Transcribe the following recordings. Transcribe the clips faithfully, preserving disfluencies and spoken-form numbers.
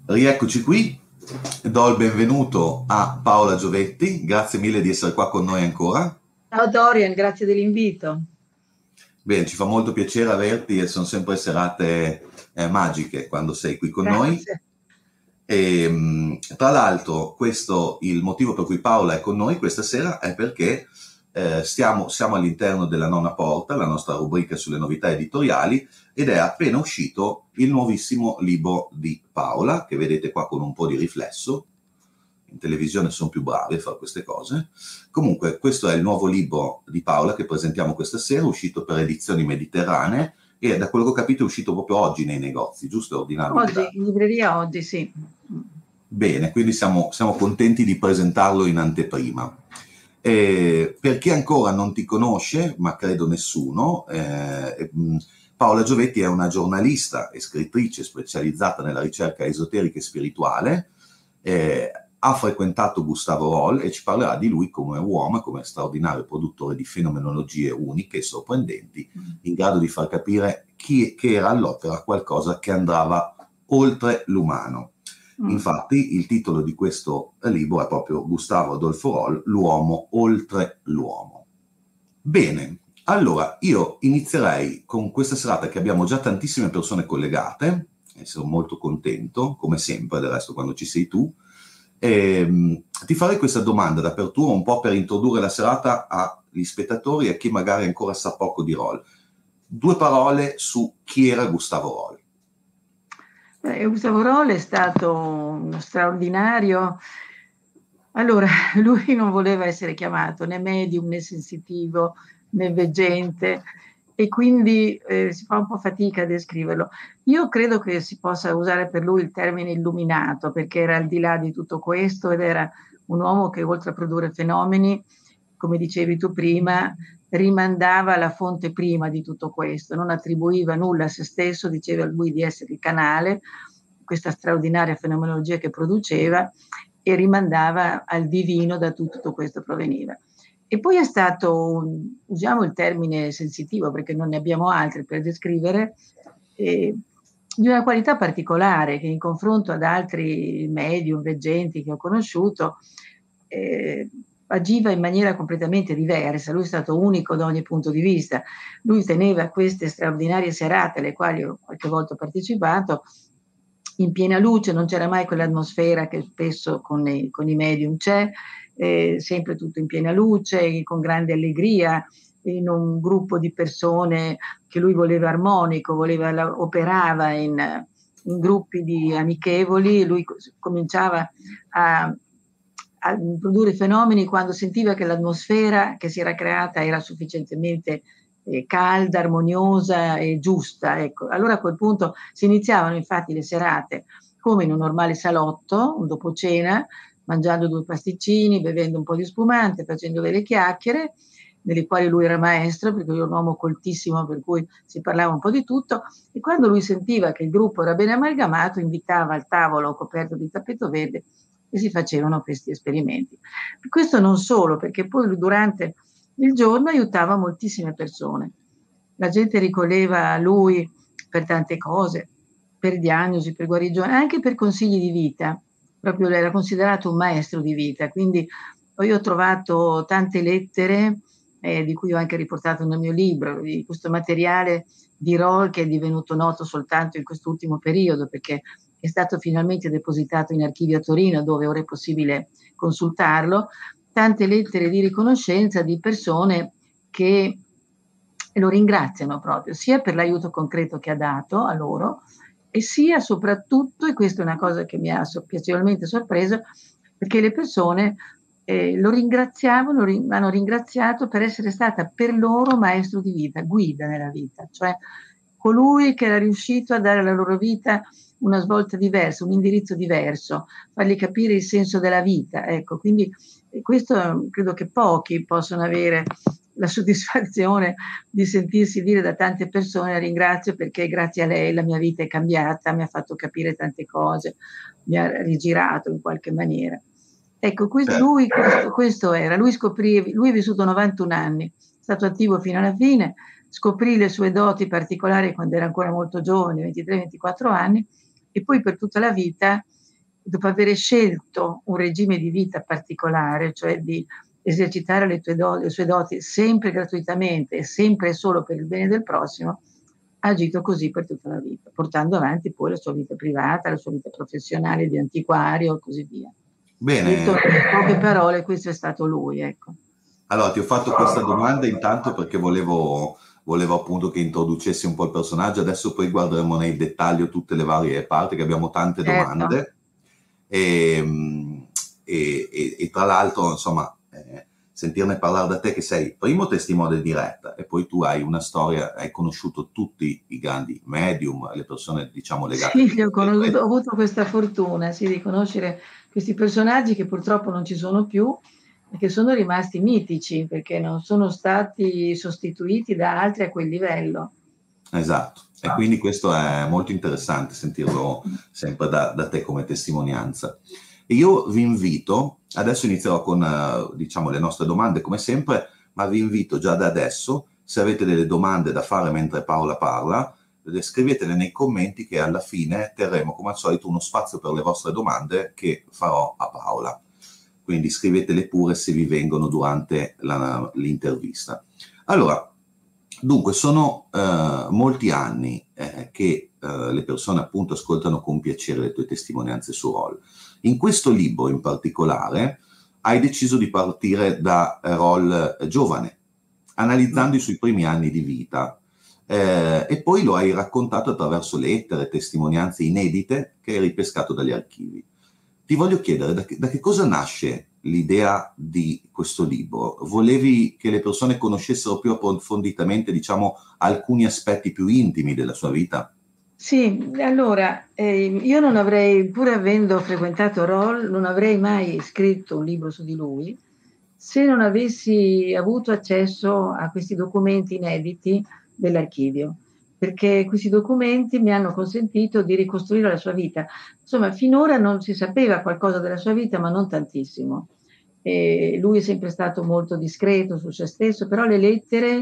Rieccoci qui, do il benvenuto a Paola Giovetti, grazie mille di essere qua con noi ancora. Ciao Dorian, grazie dell'invito. Bene, ci fa molto piacere averti e sono sempre serate eh, magiche quando sei qui con noi. Grazie. E, mh, tra l'altro, questo, il motivo per cui Paola è con noi questa sera è perché eh, stiamo, siamo all'interno della Nona Porta, la nostra rubrica sulle novità editoriali, ed è appena uscito il nuovissimo libro di Paola, che vedete qua con un po' di riflesso. In televisione sono più bravi a fare queste cose. Comunque, questo è il nuovo libro di Paola che presentiamo questa sera, uscito per Edizioni Mediterranee, e da quello che ho capito è uscito proprio oggi nei negozi, giusto? Ordinarlo Oggi, in libreria oggi, sì. Bene, quindi siamo, siamo contenti di presentarlo in anteprima. Eh, per chi ancora non ti conosce, ma credo nessuno, eh, Paola Giovetti è una giornalista e scrittrice specializzata nella ricerca esoterica e spirituale, eh, ha frequentato Gustavo Roll e ci parlerà di lui come uomo, come straordinario produttore di fenomenologie uniche e sorprendenti, in grado di far capire chi, che era all'opera qualcosa che andava oltre l'umano. Infatti il titolo di questo libro è proprio Gustavo Adolfo Roll, L'uomo oltre l'uomo. Bene, allora io inizierei con questa serata che abbiamo già tantissime persone collegate, e sono molto contento, come sempre del resto quando ci sei tu. E, ti farei questa domanda d'apertura un po' per introdurre la serata agli spettatori e a chi magari ancora sa poco di Roll. Due parole su chi era Gustavo Roll. Eh, Gustavo Roll è stato uno straordinario. Allora, lui non voleva essere chiamato né medium né sensitivo né veggente e quindi eh, si fa un po' fatica a descriverlo. Io credo che si possa usare per lui il termine illuminato, perché era al di là di tutto questo ed era un uomo che oltre a produrre fenomeni, come dicevi tu prima, rimandava alla fonte prima di tutto questo, non attribuiva nulla a se stesso, diceva a lui di essere il canale, questa straordinaria fenomenologia che produceva, e rimandava al divino da cui tutto questo proveniva. E poi è stato, un, usiamo il termine sensitivo perché non ne abbiamo altri per descrivere, eh, di una qualità particolare che in confronto ad altri medium, veggenti che ho conosciuto, eh, agiva in maniera completamente diversa. Lui è stato unico da ogni punto di vista. Lui teneva queste straordinarie serate alle quali ho qualche volta partecipato in piena luce, non c'era mai quell'atmosfera che spesso con i, con i medium c'è, eh, sempre tutto in piena luce, con grande allegria, in un gruppo di persone che lui voleva armonico, voleva, operava in, in gruppi di amichevoli, lui cominciava a, a produrre fenomeni quando sentiva che l'atmosfera che si era creata era sufficientemente eh, calda, armoniosa e giusta. Ecco. Allora a quel punto si iniziavano infatti le serate come in un normale salotto, un dopo cena, mangiando due pasticcini, bevendo un po' di spumante, facendo delle chiacchiere, nelle quali lui era maestro, perché lui era un uomo coltissimo, per cui si parlava un po' di tutto, e quando lui sentiva che il gruppo era ben amalgamato, invitava al tavolo coperto di tappeto verde e si facevano questi esperimenti. Questo non solo, perché poi lui durante il giorno aiutava moltissime persone. La gente ricorreva a lui per tante cose, per diagnosi, per guarigione, anche per consigli di vita. Proprio era considerato un maestro di vita. Quindi io ho trovato tante lettere, eh, di cui ho anche riportato nel mio libro, di questo materiale di Roll che è divenuto noto soltanto in quest'ultimo periodo, perché è stato finalmente depositato in archivio a Torino, dove ora è possibile consultarlo, tante lettere di riconoscenza di persone che lo ringraziano proprio, sia per l'aiuto concreto che ha dato a loro, e sia soprattutto, e questa è una cosa che mi ha piacevolmente sorpreso, perché le persone eh, lo ringraziavano, ri- hanno ringraziato per essere stata per loro maestro di vita, guida nella vita, cioè colui che era riuscito a dare alla loro vita una svolta diversa, un indirizzo diverso, fargli capire il senso della vita. Ecco, quindi questo credo che pochi possono avere la soddisfazione di sentirsi dire da tante persone: ringrazio perché grazie a lei la mia vita è cambiata, mi ha fatto capire tante cose, mi ha rigirato in qualche maniera. Ecco, questo, lui questo, questo era, lui scoprì, lui ha vissuto novantuno anni, è stato attivo fino alla fine, scoprì le sue doti particolari quando era ancora molto giovane, ventitré ventiquattro anni, e poi per tutta la vita dopo aver scelto un regime di vita particolare, cioè di esercitare le, tue do- le sue doti sempre gratuitamente e sempre solo per il bene del prossimo, ha agito così per tutta la vita, portando avanti poi la sua vita privata, la sua vita professionale di antiquario e così via. Detto Bene, in poche parole, questo è stato lui, ecco. allora ti ho fatto questa domanda intanto perché volevo, volevo appunto che introducessi un po' il personaggio, adesso poi guarderemo nel dettaglio tutte le varie parti, che abbiamo tante Certo. domande. E, e, e, e tra l'altro, insomma, eh, sentirne parlare da te che sei primo testimone diretta e poi tu hai una storia, hai conosciuto tutti i grandi medium, le persone diciamo legate Sì, ho, a ho avuto questa fortuna, sì, di conoscere questi personaggi che purtroppo non ci sono più e che sono rimasti mitici perché non sono stati sostituiti da altri a quel livello. Esatto, e quindi questo è molto interessante sentirlo sempre da, da te come testimonianza. E io vi invito, adesso inizierò con eh, diciamo le nostre domande come sempre, ma vi invito già da adesso, se avete delle domande da fare mentre Paola parla, scrivetele nei commenti che alla fine terremo come al solito uno spazio per le vostre domande che farò a Paola. Quindi scrivetele pure se vi vengono durante la, l'intervista. Allora, dunque, sono eh, molti anni eh, che eh, le persone appunto ascoltano con piacere le tue testimonianze su Rol. In questo libro in particolare hai deciso di partire da Rol giovane, analizzando i suoi primi anni di vita eh, e poi lo hai raccontato attraverso lettere, testimonianze inedite che hai ripescato dagli archivi. Ti voglio chiedere da che, da che cosa nasce l'idea di questo libro? Volevi che le persone conoscessero più approfonditamente, diciamo, alcuni aspetti più intimi della sua vita? Sì, allora, eh, io non avrei, pur avendo frequentato Roll, non avrei mai scritto un libro su di lui se non avessi avuto accesso a questi documenti inediti dell'archivio, perché questi documenti mi hanno consentito di ricostruire la sua vita. Insomma, finora non si sapeva qualcosa della sua vita, ma non tantissimo. E lui è sempre stato molto discreto su se stesso, però le lettere,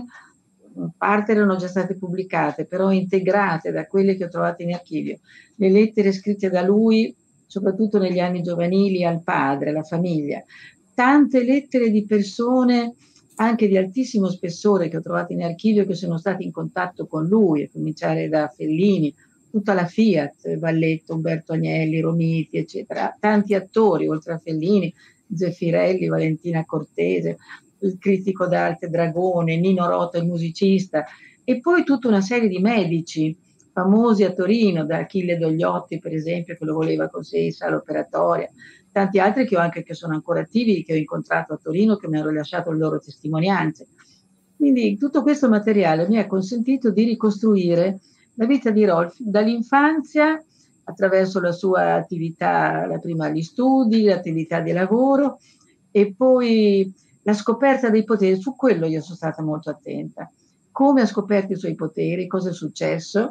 parte erano già state pubblicate, però integrate da quelle che ho trovato in archivio. Le lettere scritte da lui, soprattutto negli anni giovanili, al padre, alla famiglia. Tante lettere di persone anche di altissimo spessore che ho trovato in archivio che sono stati in contatto con lui, a cominciare da Fellini, tutta la Fiat, Valletto, Umberto Agnelli, Romiti, eccetera. Tanti attori, oltre a Fellini, Zeffirelli, Valentina Cortese, il critico d'arte Dragone, Nino Rota, il musicista, e poi tutta una serie di medici famosi a Torino, da Achille Dogliotti, per esempio, che lo voleva con sé in sala operatoria, tanti altri che ho anche che sono ancora attivi, che ho incontrato a Torino, che mi hanno rilasciato le loro testimonianze. Quindi tutto questo materiale mi ha consentito di ricostruire la vita di Rolf dall'infanzia attraverso la sua attività, la prima agli studi, l'attività di lavoro e poi la scoperta dei poteri. Su quello io sono stata molto attenta. Come ha scoperto i suoi poteri, cosa è successo,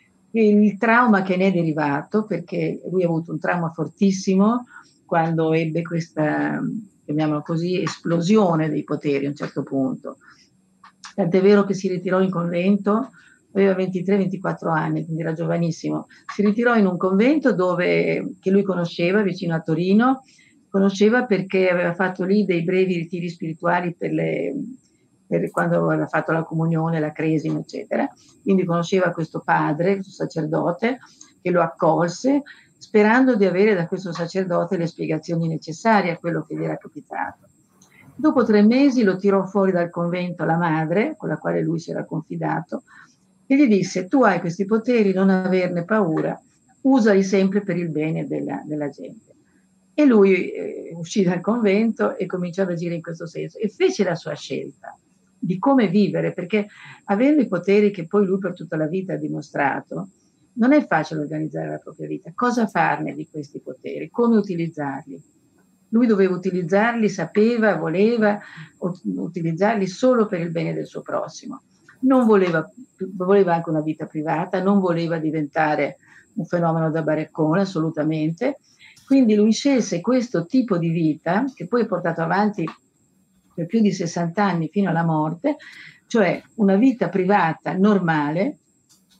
il trauma che ne è derivato, perché lui ha avuto un trauma fortissimo quando ebbe questa, chiamiamola così, esplosione dei poteri a un certo punto. Tant'è vero che si ritirò in convento, aveva ventitré ventiquattro anni, quindi era giovanissimo. Si ritirò in un convento dove, che lui conosceva, vicino a Torino, conosceva perché aveva fatto lì dei brevi ritiri spirituali per, le, per quando aveva fatto la comunione, la cresima, eccetera. Quindi conosceva questo padre, questo sacerdote, che lo accolse, sperando di avere da questo sacerdote le spiegazioni necessarie a quello che gli era capitato. Dopo tre mesi lo tirò fuori dal convento la madre, con la quale lui si era confidato, e gli disse: tu hai questi poteri, non averne paura, usali sempre per il bene della, della gente. E lui eh, uscì dal convento e cominciò ad agire in questo senso e fece la sua scelta di come vivere, perché avendo i poteri che poi lui per tutta la vita ha dimostrato, non è facile organizzare la propria vita. Cosa farne di questi poteri? Come utilizzarli? Lui doveva utilizzarli, sapeva, voleva utilizzarli solo per il bene del suo prossimo. Non voleva, voleva anche una vita privata, non voleva diventare un fenomeno da baraccone, assolutamente. Quindi lui scelse questo tipo di vita, che poi è portato avanti per più di sessanta anni fino alla morte, cioè una vita privata normale,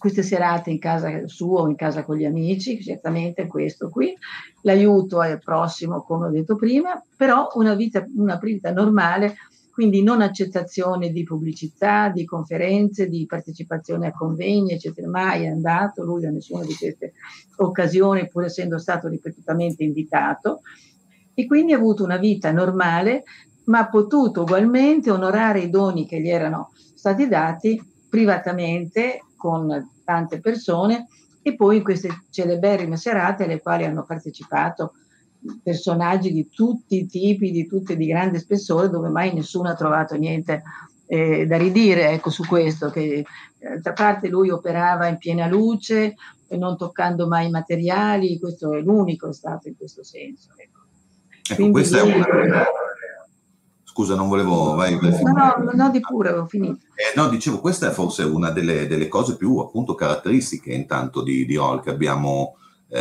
queste serate in casa sua o in casa con gli amici, certamente questo qui, l'aiuto al prossimo, come ho detto prima, però una vita, una vita normale, quindi non accettazione di pubblicità, di conferenze, di partecipazione a convegni, eccetera. Mai è andato lui da nessuna di queste occasioni, pur essendo stato ripetutamente invitato, e quindi ha avuto una vita normale, ma ha potuto ugualmente onorare i doni che gli erano stati dati privatamente con tante persone, e poi in queste celeberrime serate alle quali hanno partecipato personaggi di tutti i tipi, di tutte di grande spessore, dove mai nessuno ha trovato niente eh, da ridire, ecco, su questo, che d'altra parte lui operava in piena luce e non toccando mai i materiali, questo è l'unico è stato in questo senso, ecco. Ecco, questa è lui... una... Scusa, non volevo... Vai, vai no, no, no, di pure, avevo finito. Eh, no, dicevo, questa è forse una delle, delle cose più, appunto, caratteristiche intanto di, di Hall che abbiamo eh,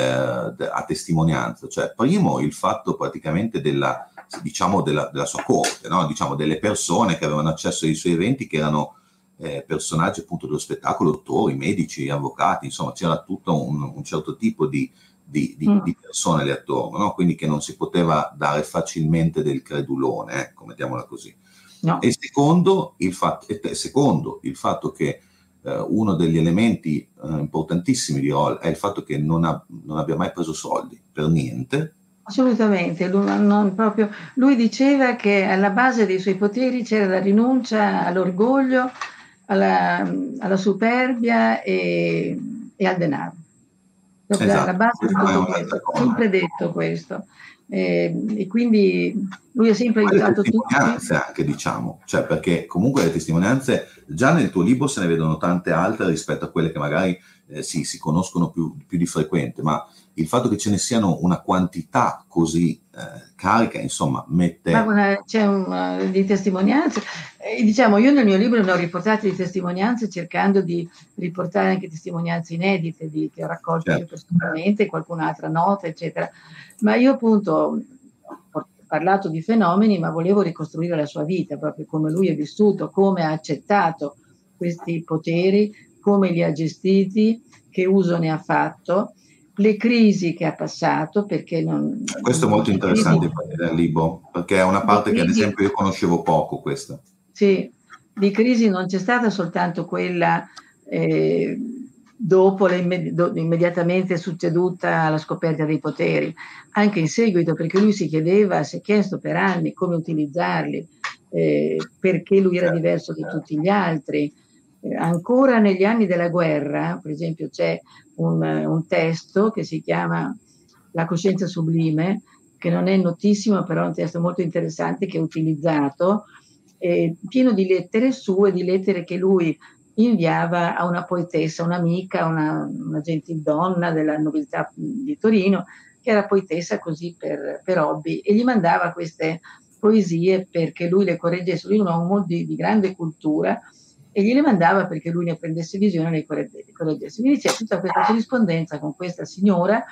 a testimonianza. Cioè, primo, il fatto praticamente della, diciamo, della, della sua corte, no? Diciamo, delle persone che avevano accesso ai suoi eventi, che erano eh, personaggi appunto dello spettacolo, dottori, medici, avvocati, insomma, c'era tutto un, un certo tipo di, di, di, mm. di persone lì attorno, no? Quindi che non si poteva dare facilmente del credulone, ecco, mettiamola così. No. E secondo il, fatto, e secondo il fatto che eh, uno degli elementi eh, importantissimi di Hall è il fatto che non, ha, non abbia mai preso soldi, per niente. Assolutamente, lui, non proprio, lui diceva che alla base dei suoi poteri c'era la rinuncia all'orgoglio, alla, alla superbia e, e al denaro. Esatto. La base di tutto questo, ha sempre detto questo. Eh, e quindi lui ha sempre aiutato tutti. Testimonianze anche, diciamo, cioè perché comunque le testimonianze già nel tuo libro se ne vedono tante altre rispetto a quelle che magari eh, sì, si conoscono più, più di frequente, ma il fatto che ce ne siano una quantità così eh, carica, insomma, mette... Ma c'è un, di testimonianze, e, diciamo, io nel mio libro ne ho riportate di testimonianze cercando di riportare anche testimonianze inedite di, che ho raccolto certo. io personalmente, qualcun'altra nota, eccetera. Ma io appunto ho parlato di fenomeni, ma volevo ricostruire la sua vita, proprio come lui è vissuto, come ha accettato questi poteri, come li ha gestiti, che uso ne ha fatto, le crisi che ha passato, perché non... Questo è molto interessante nel libro, perché è una parte crisi, che ad esempio io conoscevo poco questa. Sì, di crisi non c'è stata soltanto quella eh, dopo le immedi- do, immediatamente succeduta alla scoperta dei poteri, anche in seguito, perché lui si chiedeva, si è chiesto per anni come utilizzarli, eh, perché lui era diverso da tutti gli altri. Eh, ancora negli anni della guerra, per esempio, c'è un, un testo che si chiama La coscienza sublime, che non è notissimo, però è un testo molto interessante che è utilizzato, eh, pieno di lettere sue, di lettere che lui inviava a una poetessa, un'amica, una, una gentildonna della nobiltà di Torino, che era poetessa così per, per hobby, e gli mandava queste poesie perché lui le correggesse. Lui è un uomo di, di grande cultura, e gliele mandava perché lui ne prendesse visione e le correggesse. Quindi c'è tutta questa corrispondenza con questa signora,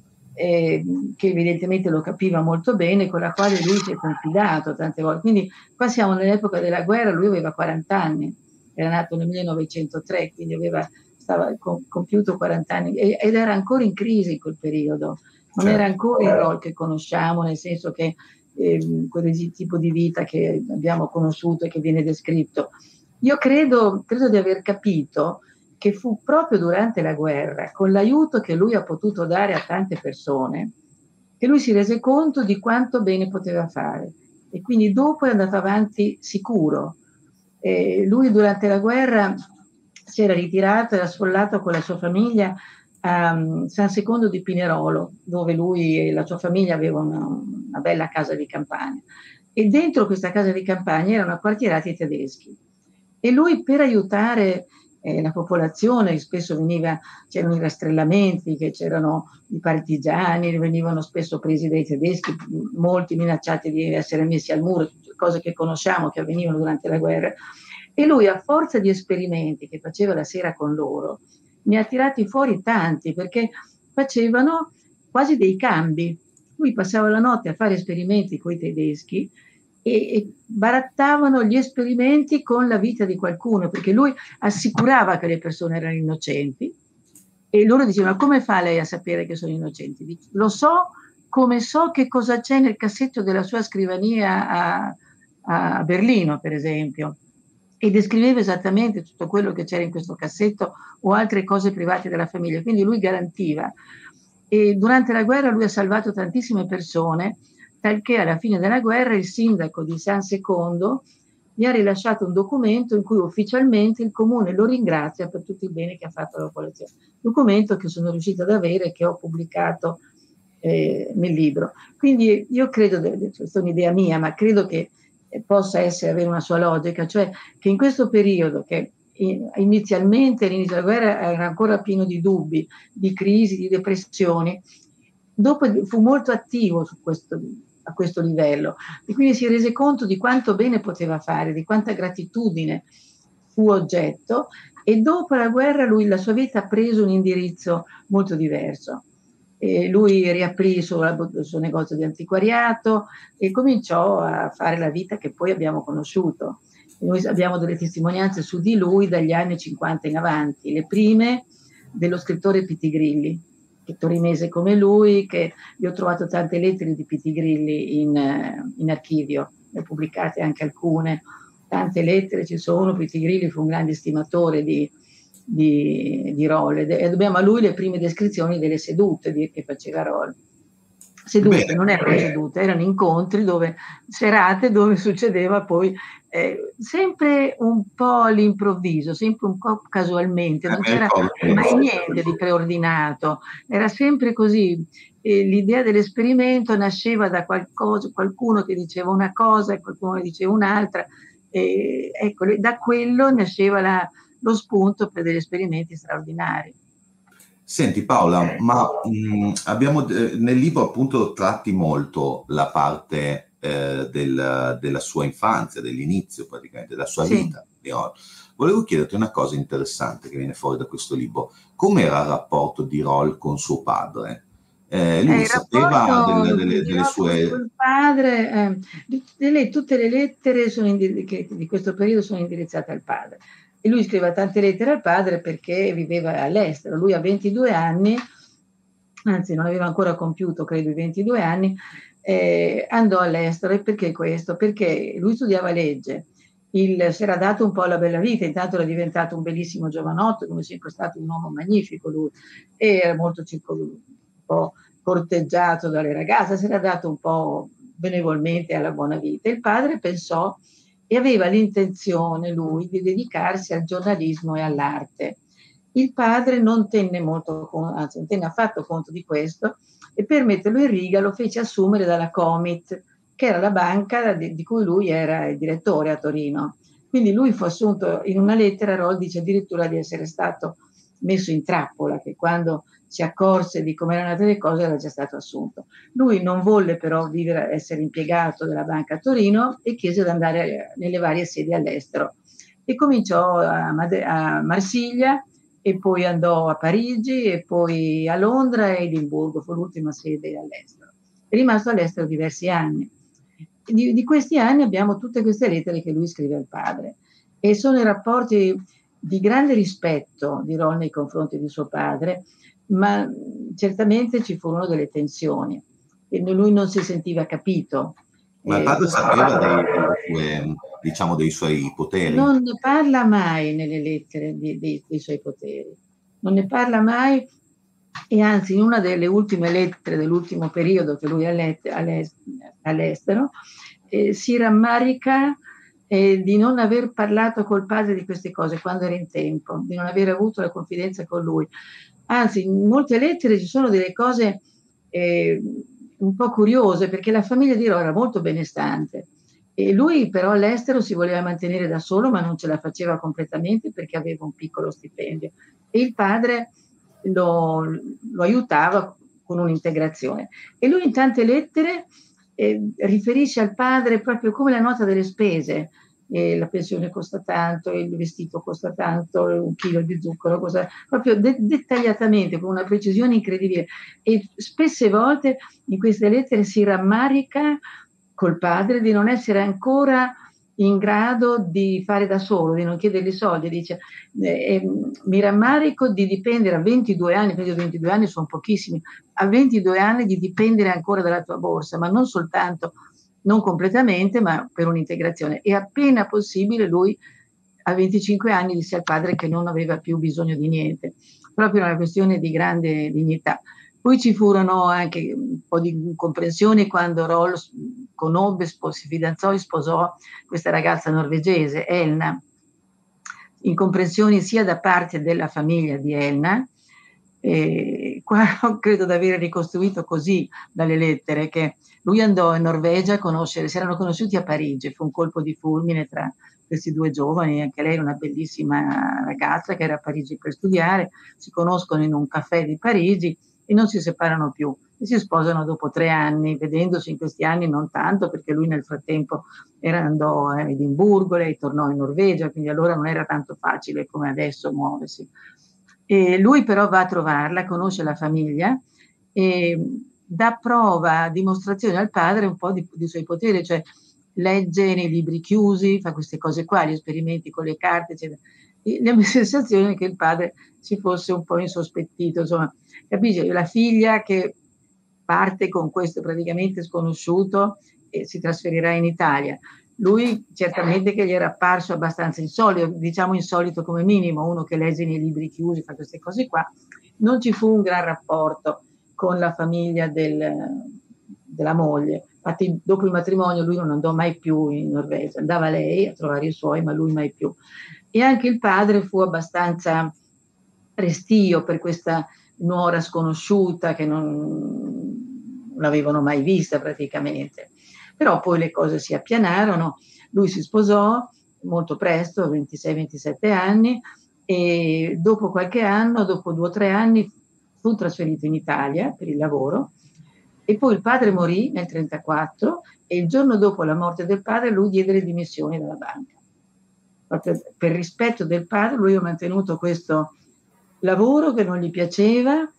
eh, che evidentemente lo capiva molto bene, con la quale lui si è confidato tante volte. Quindi qua siamo nell'epoca della guerra, lui aveva quaranta anni, era nato nel millenovecentotre, quindi aveva, stava com- compiuto quaranta anni, e, ed era ancora in crisi in quel periodo, non certo. Era ancora il Hall che conosciamo, nel senso che eh, quel tipo di vita che abbiamo conosciuto e che viene descritto. Io credo, credo di aver capito che fu proprio durante la guerra, con l'aiuto che lui ha potuto dare a tante persone, che lui si rese conto di quanto bene poteva fare, e quindi dopo è andato avanti sicuro. Eh, lui durante la guerra si era ritirato, era sfollato con la sua famiglia a um, San Secondo di Pinerolo, dove lui e la sua famiglia avevano una, una bella casa di campagna, e dentro questa casa di campagna erano acquartierati i tedeschi. E lui, per aiutare eh, la popolazione, spesso veniva, c'erano i rastrellamenti, che c'erano i partigiani, venivano spesso presi dai tedeschi, molti minacciati di essere messi al muro, cose che conosciamo che avvenivano durante la guerra. E lui, a forza di esperimenti che faceva la sera con loro, ne ha tirati fuori tanti, perché facevano quasi dei cambi. Lui passava la notte a fare esperimenti con i tedeschi, e, e barattavano gli esperimenti con la vita di qualcuno, perché lui assicurava che le persone erano innocenti e loro dicevano: come fa lei a sapere che sono innocenti? Dice, lo so, come so che cosa c'è nel cassetto della sua scrivania a, a Berlino, per esempio, e descriveva esattamente tutto quello che c'era in questo cassetto o altre cose private della famiglia, quindi lui garantiva. E durante la guerra lui ha salvato tantissime persone, talché alla fine della guerra il sindaco di San Secondo gli ha rilasciato un documento in cui ufficialmente il comune lo ringrazia per tutto il bene che ha fatto alla popolazione. Documento che sono riuscita ad avere e che ho pubblicato eh, nel libro. Quindi io credo, questa è un'idea mia, ma credo che possa essere, avere una sua logica, cioè che in questo periodo che inizialmente all'inizio della guerra era ancora pieno di dubbi, di crisi, di depressioni, dopo fu molto attivo su questo, a questo livello e quindi si rese conto di quanto bene poteva fare, di quanta gratitudine fu oggetto, e dopo la guerra lui, la sua vita ha preso un indirizzo molto diverso. E lui riaprì il suo, il suo negozio di antiquariato e cominciò a fare la vita che poi abbiamo conosciuto. E noi abbiamo delle testimonianze su di lui dagli anni cinquanta in avanti, le prime dello scrittore Pitti Grilli, che torinese come lui, che io ho trovato tante lettere di Pitti Grilli in, in archivio, ne ho pubblicate anche alcune, tante lettere ci sono. Pitti Grilli fu un grande stimatore di, di, di Roll e dobbiamo a lui le prime descrizioni delle sedute di, che faceva Roll. Sedute, Bene. Non erano sedute, erano incontri, dove, serate dove succedeva poi eh, sempre un po' all'improvviso, sempre un po' casualmente, non c'era mai niente di preordinato, era sempre così. E l'idea dell'esperimento nasceva da qualcosa, qualcuno che diceva una cosa e qualcuno che diceva un'altra, e ecco, da quello nasceva la, lo spunto per degli esperimenti straordinari. Senti Paola, ma mh, abbiamo eh, nel libro appunto tratti molto la parte eh, del, della sua infanzia, dell'inizio praticamente, della sua sì. vita. Io volevo chiederti una cosa interessante che viene fuori da questo libro. Com'era il rapporto di Roll con suo padre? Eh, lui eh, sapeva delle, delle, delle sue... Con il padre, eh, delle, tutte le lettere sono indi- che di questo periodo sono indirizzate al padre. E lui scriveva tante lettere al padre perché viveva all'estero. Lui a ventidue anni, anzi non aveva ancora compiuto, credo, i ventidue anni, eh, andò all'estero. E perché questo? Perché lui studiava legge, il, si era dato un po' la bella vita, intanto era diventato un bellissimo giovanotto, come sempre stato un uomo magnifico lui, e era molto circolato, un po' corteggiato dalle ragazze, si era dato un po' benevolmente alla buona vita. Il padre pensò e aveva l'intenzione lui di dedicarsi al giornalismo e all'arte. Il padre non tenne molto, anzi non tenne affatto conto di questo, e per metterlo in riga lo fece assumere dalla Comit, che era la banca di, di cui lui era il direttore a Torino. Quindi lui fu assunto, in una lettera Roll dice addirittura di essere stato messo in trappola, che quando si accorse di come erano andate le cose era già stato assunto. Lui non volle però vivere, essere impiegato della banca a Torino e chiese di andare nelle varie sedi all'estero. E cominciò a, Mad- a Marsiglia, e poi andò a Parigi e poi a Londra e Edimburgo, fu l'ultima sede all'estero. È rimasto all'estero diversi anni. Di, di questi anni abbiamo tutte queste lettere che lui scrive al padre, e sono i rapporti di grande rispetto di Roll nei confronti di suo padre, ma certamente ci furono delle tensioni e lui non si sentiva capito. Ma il padre eh, sapeva dei, dei, diciamo, dei suoi poteri? Non ne parla mai nelle lettere di, di, dei suoi poteri, non ne parla mai, e anzi in una delle ultime lettere dell'ultimo periodo che lui ha letto all'estero eh, si rammarica eh, di non aver parlato col padre di queste cose quando era in tempo, di non aver avuto la confidenza con lui. Anzi, in molte lettere ci sono delle cose eh, un po' curiose, perché la famiglia di Ro era molto benestante e lui però all'estero si voleva mantenere da solo, ma non ce la faceva completamente perché aveva un piccolo stipendio e il padre lo, lo aiutava con un'integrazione. E lui in tante lettere eh, riferisce al padre proprio come la nota delle spese. Eh, la pensione costa tanto, il vestito costa tanto, un chilo di zucchero costa, proprio de- dettagliatamente, con una precisione incredibile. E spesse volte in queste lettere si rammarica col padre di non essere ancora in grado di fare da solo, di non chiedergli soldi. Dice, eh, eh, mi rammarico di dipendere a ventidue anni, perché ventidue anni sono pochissimi, a ventidue anni di dipendere ancora dalla tua borsa, ma non soltanto, non completamente, ma per un'integrazione. E appena possibile lui a venticinque anni disse al padre che non aveva più bisogno di niente, proprio una questione di grande dignità. Poi ci furono anche un po' di incomprensioni quando Roll conobbe, si fidanzò e sposò questa ragazza norvegese, Elna. Incomprensioni sia da parte della famiglia di Elna, e qua credo di aver ricostruito così dalle lettere, che lui andò in Norvegia a conoscere, si erano conosciuti a Parigi, fu un colpo di fulmine tra questi due giovani, anche lei era una bellissima ragazza che era a Parigi per studiare, si conoscono in un caffè di Parigi e non si separano più e si sposano dopo tre anni, vedendosi in questi anni non tanto, perché lui nel frattempo era, andò a Edimburgo, lei tornò in Norvegia, quindi allora non era tanto facile come adesso muoversi. E lui però va a trovarla, conosce la famiglia e dà prova, dimostrazione al padre un po' di, di suoi poteri, cioè legge nei libri chiusi, fa queste cose qua, gli esperimenti con le carte, eccetera. E la mia sensazione è che il padre si fosse un po' insospettito, insomma, capisci? La figlia che parte con questo praticamente sconosciuto e si trasferirà in Italia. Lui certamente che gli era apparso abbastanza insolito, diciamo insolito come minimo, uno che legge nei libri chiusi, fa queste cose qua. Non ci fu un gran rapporto con la famiglia del, della moglie. Infatti dopo il matrimonio lui non andò mai più in Norvegia, andava lei a trovare i suoi, ma lui mai più. E anche il padre fu abbastanza restio per questa nuora sconosciuta che non l'avevano mai vista praticamente. Però poi le cose si appianarono, lui si sposò molto presto, a ventisei ventisette anni, e dopo qualche anno, dopo due o tre anni, fu trasferito in Italia per il lavoro e poi il padre morì nel trentaquattro e il giorno dopo la morte del padre lui diede le dimissioni dalla banca. Proprio per rispetto del padre lui ha mantenuto questo lavoro che non gli piaceva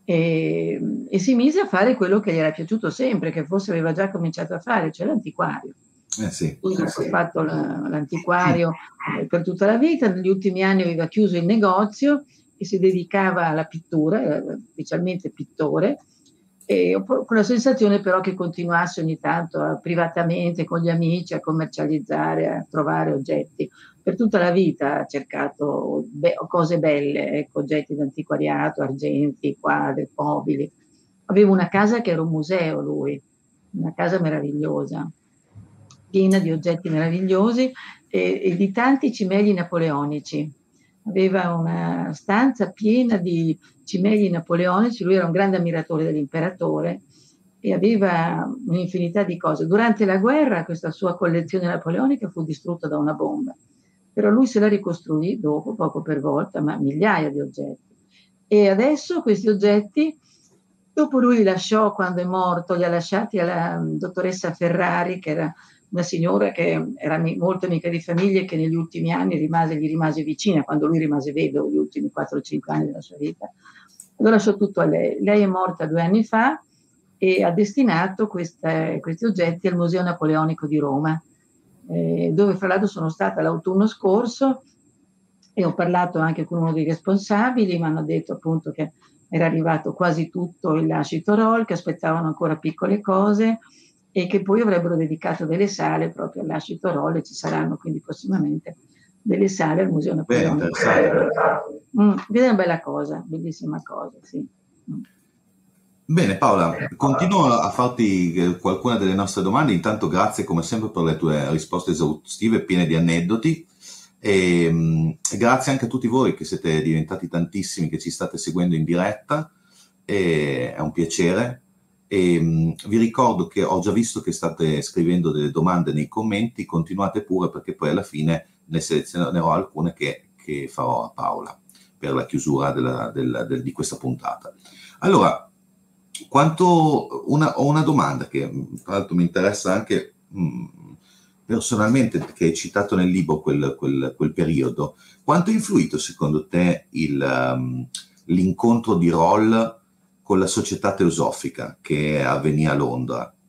e, e si mise a fare quello che gli era piaciuto sempre, che forse aveva già cominciato a fare, cioè l'antiquario. Eh sì, Quindi eh ha sì. fatto la, l'antiquario eh, per tutta la vita, negli ultimi anni aveva chiuso il negozio e si dedicava alla pittura, era ufficialmente pittore, e con la sensazione però che continuasse ogni tanto a, privatamente con gli amici a commercializzare, a trovare oggetti. Per tutta la vita ha cercato be- cose belle, ecco, oggetti d'antiquariato, argenti, quadri, mobili. Aveva una casa che era un museo lui, una casa meravigliosa, piena di oggetti meravigliosi e, e di tanti cimeli napoleonici. Aveva una stanza piena di cimeli napoleonici, lui era un grande ammiratore dell'imperatore e aveva un'infinità di cose. Durante la guerra questa sua collezione napoleonica fu distrutta da una bomba, però lui se la ricostruì dopo, poco per volta, ma migliaia di oggetti. E adesso questi oggetti, dopo lui li lasciò quando è morto, li ha lasciati alla dottoressa Ferrari, che era una signora che era molto amica di famiglia e che negli ultimi anni rimase, gli rimase vicina, quando lui rimase vedovo, gli ultimi quattro cinque anni della sua vita. Lo lasciò tutto a lei. Lei è morta due anni fa e ha destinato queste, questi oggetti al Museo Napoleonico di Roma, eh, dove fra l'altro sono stata l'autunno scorso e ho parlato anche con uno dei responsabili, mi hanno detto appunto che era arrivato quasi tutto il lascito roll, che aspettavano ancora piccole cose e che poi avrebbero dedicato delle sale proprio al lascito roll e ci saranno quindi prossimamente delle sale al Museo Napoleonico. Mm, è una bella cosa, bellissima cosa, sì. Mm. Bene Paola, continuo a farti qualcuna delle nostre domande, intanto grazie come sempre per le tue risposte esaustive piene di aneddoti e mh, grazie anche a tutti voi che siete diventati tantissimi, che ci state seguendo in diretta, e è un piacere e mh, vi ricordo che ho già visto che state scrivendo delle domande nei commenti, continuate pure perché poi alla fine ne selezionerò alcune che, che farò a Paola per la chiusura della, della, del, di questa puntata. Allora, quanto una, ho una domanda che tra l'altro mi interessa anche mh, personalmente, perché hai citato nel libro quel, quel, quel periodo. Quanto ha influito secondo te il, um, l'incontro di Roll con la Società Teosofica che avvenì a Londra?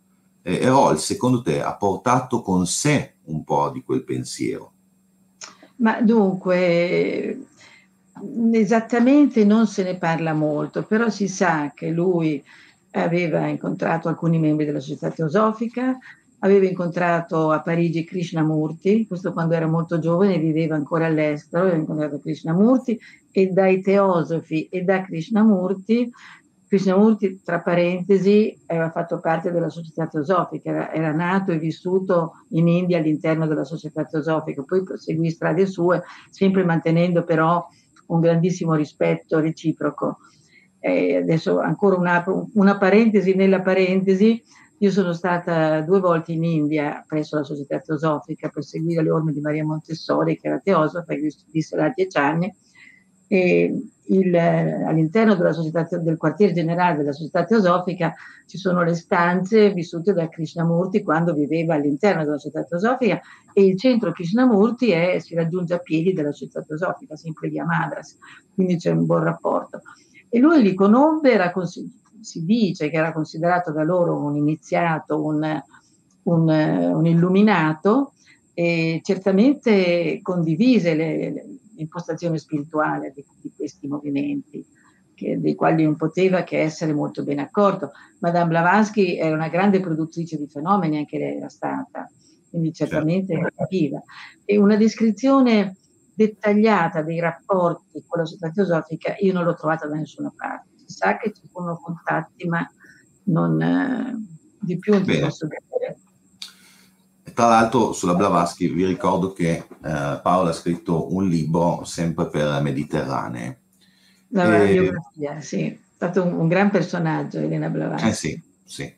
eh, Errol, secondo te, ha portato con sé un po' di quel pensiero? Ma dunque, esattamente non se ne parla molto, però si sa che lui aveva incontrato alcuni membri della Società Teosofica, aveva incontrato a Parigi Krishnamurti, questo quando era molto giovane, viveva ancora all'estero, aveva incontrato Krishnamurti, e dai teosofi e da Krishnamurti, Krishnamurti, tra parentesi, aveva fatto parte della Società Teosofica, era, era nato e vissuto in India all'interno della Società Teosofica, poi proseguì strade sue, sempre mantenendo però un grandissimo rispetto reciproco. E adesso ancora una, una parentesi nella parentesi, io sono stata due volte in India presso la Società Teosofica per seguire le orme di Maria Montessori, che era teosofa, che visse là dieci anni, e il, all'interno della società, del quartier generale della Società Teosofica ci sono le stanze vissute da Krishnamurti quando viveva all'interno della Società Teosofica, e il centro Krishnamurti è, si raggiunge a piedi della Società Teosofica, sempre via Madras, quindi c'è un buon rapporto. E lui li conobbe, era si dice che era considerato da loro un iniziato, un, un, un illuminato, e certamente condivise le, l'impostazione spirituale di, di questi movimenti, che, dei quali non poteva che essere molto ben accorto. Madame Blavatsky era una grande produttrice di fenomeni, anche lei era stata, quindi certamente certo. Capiva. E una descrizione dettagliata dei rapporti con la società teosofica io non l'ho trovata da nessuna parte. Si sa che ci sono contatti, ma non, eh, di più non ti posso dire. Tra l'altro sulla Blavatsky vi ricordo che eh, Paola ha scritto un libro sempre per Mediterranee. La e... biografia, sì, è stato un, un gran personaggio Elena Blavatsky. Eh sì, sì.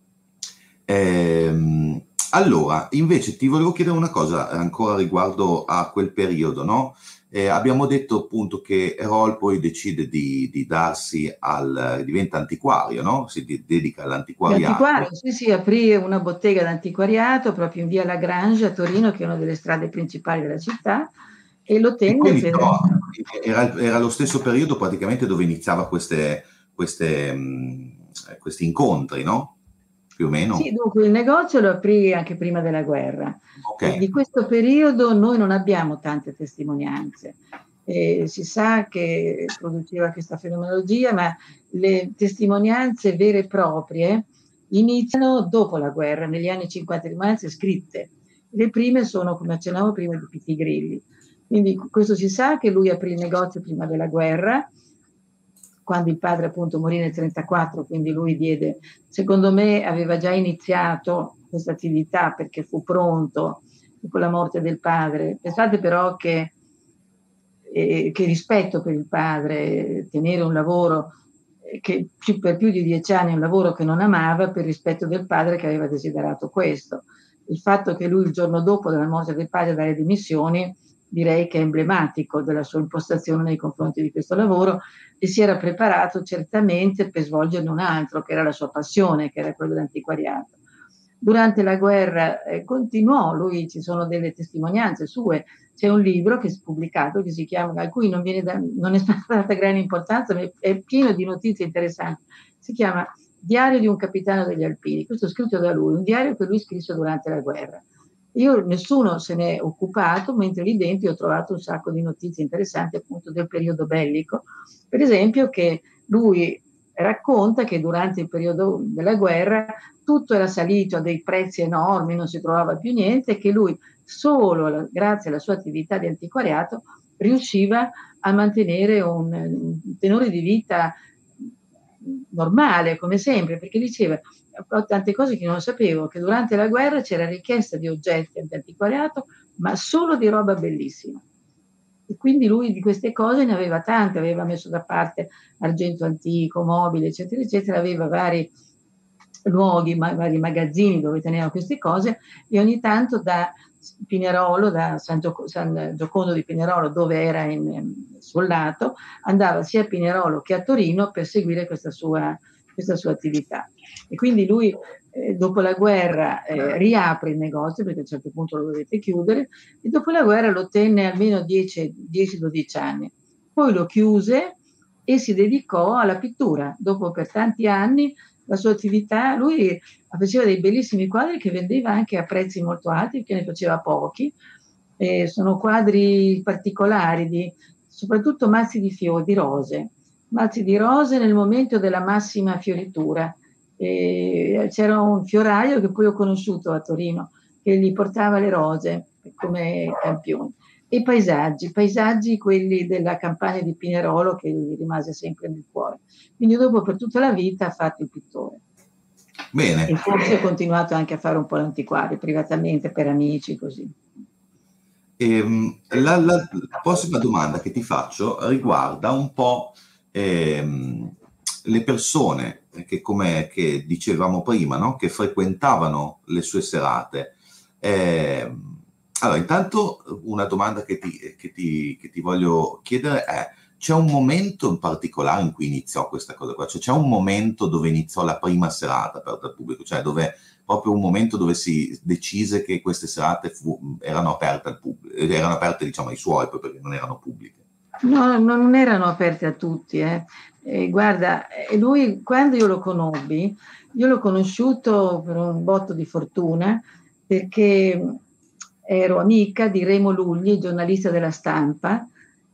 Ehm, allora, invece ti volevo chiedere una cosa ancora riguardo a quel periodo, no? Eh, abbiamo detto appunto che Errol poi decide di, di darsi al, diventa antiquario, no? Si di, dedica all'antiquariato. L'antiquario, sì, sì, aprì una bottega d'antiquariato proprio in via Lagrange a Torino, che è una delle strade principali della città, e lo tenne. E quindi, per... no, era, era lo stesso periodo praticamente dove iniziava queste, queste, mh, questi incontri, no? Più o meno. Sì, dunque il negozio lo aprì anche prima della guerra. Okay. E di questo periodo noi non abbiamo tante testimonianze. Eh, si sa che produceva questa fenomenologia, ma le testimonianze vere e proprie iniziano dopo la guerra, negli anni cinquanta, testimonianze scritte. Le prime sono, come accennavo prima, di Pitti Grilli. Quindi questo si sa che lui aprì il negozio prima della guerra, quando il padre appunto morì nel trentaquattro, quindi lui diede, secondo me aveva già iniziato questa attività perché fu pronto dopo la morte del padre. Pensate però che, eh, che rispetto per il padre, tenere un lavoro eh, che più, per più di dieci anni, un lavoro che non amava, per rispetto del padre che aveva desiderato questo. Il fatto che lui il giorno dopo della morte del padre dà le dimissioni, direi che è emblematico della sua impostazione nei confronti di questo lavoro, e si era preparato certamente per svolgerne un altro, che era la sua passione, che era quello dell'antiquariato. Durante la guerra eh, continuò, lui, ci sono delle testimonianze sue, c'è un libro che è pubblicato, che si chiama, a cui non, viene da, non è stata data grande importanza, ma è pieno di notizie interessanti, si chiama Diario di un capitano degli Alpini, questo è scritto da lui, un diario che lui scrisse durante la guerra. Io, nessuno se ne è occupato, mentre lì dentro ho trovato un sacco di notizie interessanti appunto del periodo bellico. Per esempio che lui racconta che durante il periodo della guerra tutto era salito a dei prezzi enormi, non si trovava più niente, e che lui solo grazie alla sua attività di antiquariato riusciva a mantenere un, un tenore di vita normale, come sempre, perché diceva tante cose che non sapevo, che durante la guerra c'era richiesta di oggetti di antiquariato, ma solo di roba bellissima. E quindi lui di queste cose ne aveva tante, aveva messo da parte argento antico, mobile, eccetera, eccetera, aveva vari luoghi, ma, vari magazzini dove teneva queste cose, e ogni tanto da Pinerolo, da San, Gioc- San Giocondo di Pinerolo, dove era in, in soldato, andava sia a Pinerolo che a Torino per seguire questa sua, questa sua attività. E quindi lui eh, dopo la guerra eh, riapre il negozio, perché a un certo punto lo dovete chiudere, e dopo la guerra lo tenne almeno dieci dodici anni. Poi lo chiuse e si dedicò alla pittura. Dopo per tanti anni la sua attività, lui faceva dei bellissimi quadri che vendeva anche a prezzi molto alti, perché ne faceva pochi. Eh, sono quadri particolari, di, soprattutto mazzi di fiori, di rose, mazzi di rose nel momento della massima fioritura. Eh, c'era un fioraio che poi ho conosciuto a Torino, che gli portava le rose come campioni. E paesaggi, paesaggi quelli della campagna di Pinerolo che gli rimase sempre nel cuore. Quindi dopo per tutta la vita ha fatto il pittore. Bene. E forse ha continuato anche a fare un po' l'antiquario, privatamente, per amici, così. Ehm, la, la, la prossima domanda che ti faccio riguarda un po' ehm, le persone che, come che dicevamo prima, no? Che frequentavano le sue serate. Eh, allora, intanto una domanda che ti, che, ti, che ti voglio chiedere è: c'è un momento in particolare in cui iniziò questa cosa qua? Cioè, c'è un momento dove iniziò la prima serata aperta al pubblico? Cioè, dove proprio un momento dove si decise che queste serate fu, erano aperte al pubblico, erano aperte, diciamo, ai suoi, poi perché non erano pubbliche? No, non erano aperte a tutti. Eh. Eh, guarda, lui, quando io lo conobbi, io l'ho conosciuto per un botto di fortuna, perché ero amica di Remo Lugli, giornalista della Stampa,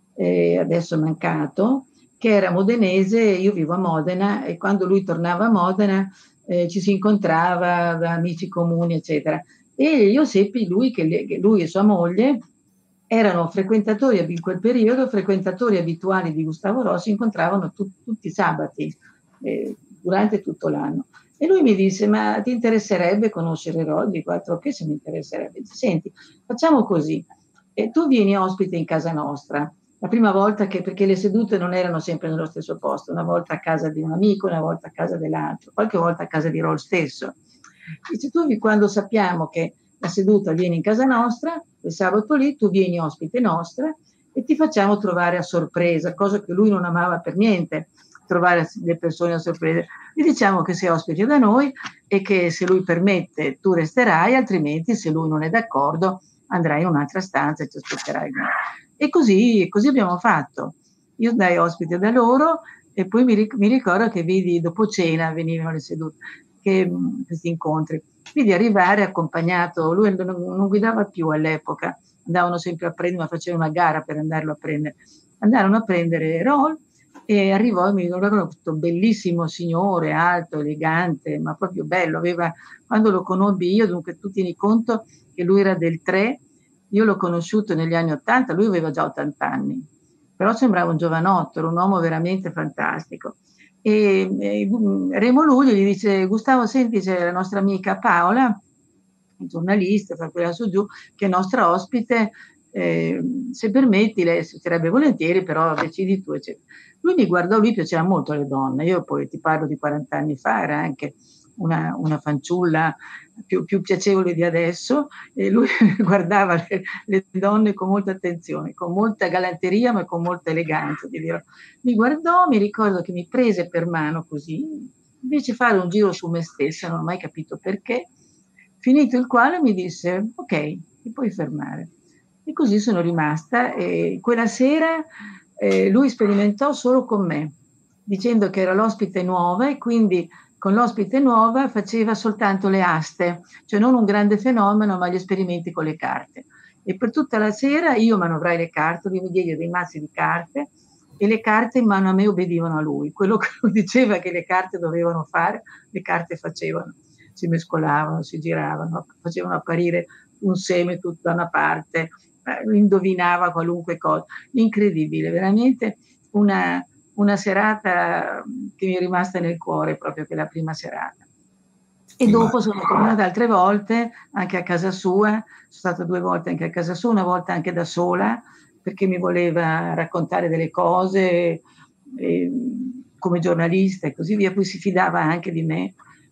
eh, adesso mancato, che era modenese. Io vivo a Modena, e quando lui tornava a Modena eh, ci si incontrava da amici comuni, eccetera. E io seppi lui che, le, che lui e sua moglie erano frequentatori, in quel periodo, frequentatori abituali di Gustavo Rossi, incontravano tu, tutti i sabati, eh, durante tutto l'anno. E lui mi disse: ma ti interesserebbe conoscere Rossi? Dico: altro che se mi interesserebbe. Dice: senti, facciamo così, e tu vieni ospite in casa nostra. La prima volta, che, perché le sedute non erano sempre nello stesso posto, una volta a casa di un amico, una volta a casa dell'altro, qualche volta a casa di Roll stesso. Dice: tu, quando sappiamo che la seduta viene in casa nostra, quel sabato lì tu vieni ospite nostra e ti facciamo trovare a sorpresa, cosa che lui non amava per niente, trovare le persone a sorpresa. Gli diciamo che sei ospite da noi e che se lui permette tu resterai, altrimenti se lui non è d'accordo andrai in un'altra stanza e ci aspetterai. E così, così abbiamo fatto. Io andai ospite da loro e poi mi, ric- mi ricordo che vidi, dopo cena venivano le sedute, che, questi incontri, quindi arrivare accompagnato, lui non, non guidava più all'epoca, andavano sempre a prendere, ma faceva una gara per andarlo a prendere, andarono a prendere Roll e arrivò, mi ricordo, questo bellissimo signore, alto, elegante, ma proprio bello, aveva, quando lo conobbi io, dunque tu tieni conto che lui era del tre, io l'ho conosciuto negli anni ottanta, lui aveva già ottanta anni, però sembrava un giovanotto, era un uomo veramente fantastico. E, e Remo Lugli gli dice: Gustavo, senti, c'è la nostra amica Paola, giornalista, fa quella su giù, che è nostra ospite, eh, se permetti, lei sarebbe volentieri, però decidi tu, eccetera. Lui mi guardò, lui piaceva molto alle donne, io poi ti parlo di quaranta anni fa, era anche una, una fanciulla più, più piacevole di adesso, e lui guardava le, le donne con molta attenzione, con molta galanteria, ma con molta eleganza, ti dirò. Mi guardò, mi ricordo che mi prese per mano così, invece fare un giro su me stessa, non ho mai capito perché, finito il quale mi disse: ok, ti puoi fermare. E così sono rimasta, e quella sera eh, lui sperimentò solo con me, dicendo che era l'ospite nuova, e quindi con l'ospite nuova faceva soltanto le aste, cioè non un grande fenomeno, ma gli esperimenti con le carte. E per tutta la sera io manovrai le carte, lui mi diede dei mazzi di carte, e le carte in mano a me obbedivano a lui. Quello che lui diceva che le carte dovevano fare, le carte facevano. Si mescolavano, si giravano, facevano apparire un seme tutto da una parte, eh, indovinava qualunque cosa. Incredibile, veramente una, una serata che mi è rimasta nel cuore, proprio quella prima serata. E dopo sono tornata altre volte anche a casa sua, sono stata due volte anche a casa sua, una volta anche da sola, perché mi voleva raccontare delle cose eh, come giornalista e così via, poi si fidava anche di me,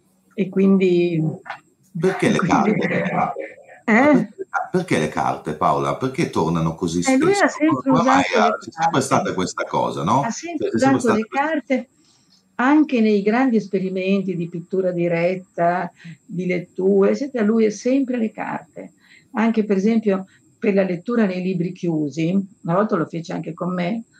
e quindi... Perché le quindi, carte? eh? Perché le carte, Paola? Perché tornano così Eh, lui spesso? ha sempre Come mai usato le c'è sempre carte, stata questa cosa, ha no? sempre C'è sempre usato stata le questa... carte anche nei grandi esperimenti di pittura diretta, di lettura, eccetera. Lui è sempre le carte, anche per esempio per la lettura nei libri chiusi, una volta lo fece anche con me,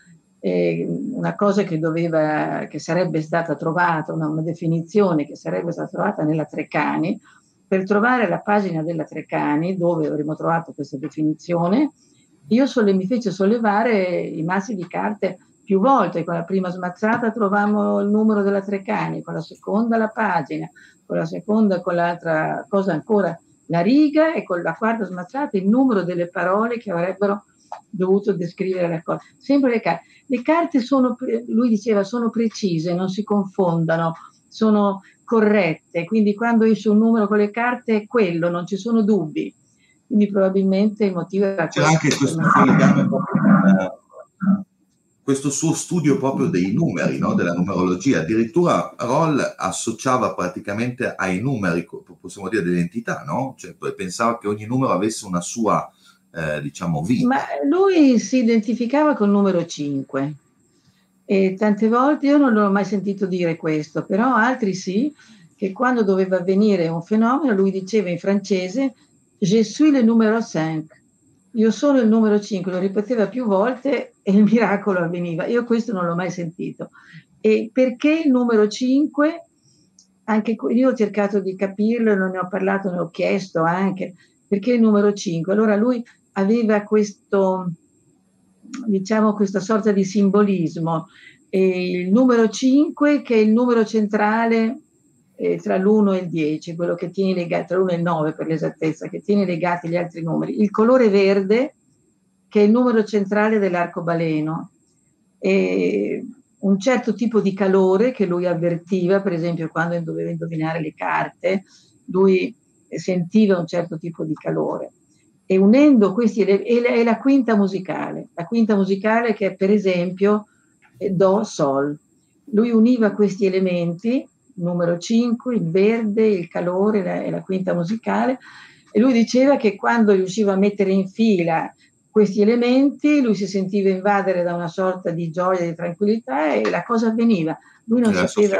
eh, una cosa che doveva, che sarebbe stata trovata, una, una definizione che sarebbe stata trovata nella Treccani. Per trovare la pagina della Treccani, dove avremmo trovato questa definizione, io sole, mi fece sollevare i massi di carte più volte. Con la prima smazzata trovavamo il numero della Treccani, con la seconda la pagina, con la seconda, con l'altra cosa ancora, la riga, e con la quarta smazzata il numero delle parole che avrebbero dovuto descrivere la cosa. Sempre le carte. Le carte sono, lui diceva, sono precise, non si confondano, sono corrette, quindi quando esce un numero con le carte è quello, non ci sono dubbi. Quindi probabilmente il motivo era C'era questo. anche questo suo legame proprio con, questo suo studio proprio dei numeri, no? Della numerologia. Addirittura Roll associava praticamente ai numeri, possiamo dire, delle entità, no? Cioè, pensava che ogni numero avesse una sua, eh, diciamo, vita. Ma lui si identificava col numero cinque. E tante volte io non l'ho mai sentito dire questo, però altri sì, che quando doveva avvenire un fenomeno lui diceva in francese «Je suis le numero cinque», io sono il numero cinque, lo ripeteva più volte e il miracolo avveniva. Io questo non l'ho mai sentito. E perché il numero cinque? Anche io ho cercato di capirlo, non ne ho parlato, ne ho chiesto anche, perché il numero cinque? Allora lui aveva questo, diciamo, questa sorta di simbolismo. E il numero cinque, che è il numero centrale eh, tra l'uno e il dieci, quello che tiene legati, tra l'uno e il nove per l'esattezza, che tiene legati gli altri numeri. Il colore verde, che è il numero centrale dell'arcobaleno, e un certo tipo di calore che lui avvertiva, per esempio quando doveva indovinare le carte, lui sentiva un certo tipo di calore. E unendo questi, e la quinta musicale, la quinta musicale che è per esempio Do, Sol. Lui univa questi elementi, numero cinque, il verde, il calore la, e la quinta musicale, e lui diceva che quando riusciva a mettere in fila questi elementi, lui si sentiva invadere da una sorta di gioia, di tranquillità, e la cosa avveniva. Lui non Era sapeva...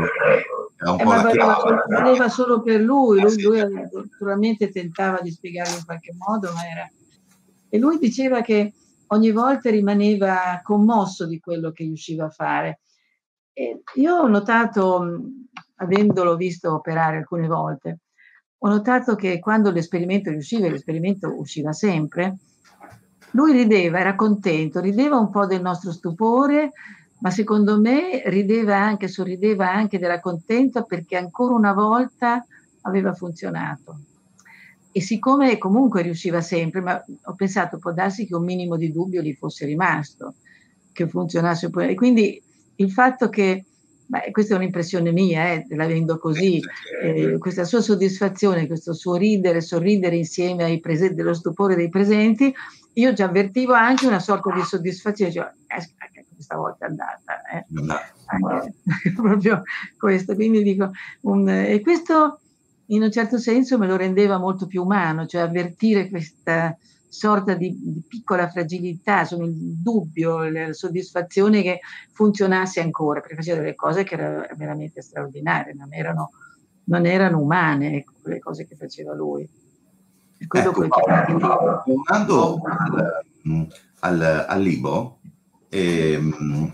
Era un Eh, po' ma la valeva, solo, chiave. valeva solo per lui, Eh, lui, sì. lui naturalmente tentava di spiegarlo in qualche modo, ma era... E lui diceva che ogni volta rimaneva commosso di quello che riusciva a fare. E io ho notato, avendolo visto operare alcune volte, ho notato che quando l'esperimento riusciva, e l'esperimento usciva sempre, lui rideva, era contento, rideva un po' del nostro stupore, ma secondo me rideva anche, sorrideva anche della contenta perché ancora una volta aveva funzionato. E siccome comunque riusciva sempre, ma ho pensato, può darsi che un minimo di dubbio gli fosse rimasto, che funzionasse pure. E quindi il fatto che, beh, questa è un'impressione mia, eh, la vendo così, eh, questa sua soddisfazione, questo suo ridere, sorridere insieme ai presenti, dello stupore dei presenti, io già avvertivo anche una sorta di soddisfazione, cioè, eh, questa volta è andata, eh. Anche, proprio questo, quindi dico, un, e questo in un certo senso me lo rendeva molto più umano, cioè avvertire questa sorta di, di piccola fragilità, insomma, il dubbio, la soddisfazione che funzionasse ancora, perché faceva delle cose che erano veramente straordinarie, non erano, non erano umane, ecco, le cose che faceva lui. Per quello Ecco, che ho chiamato il libro. tornando al, al, al libro, ehm,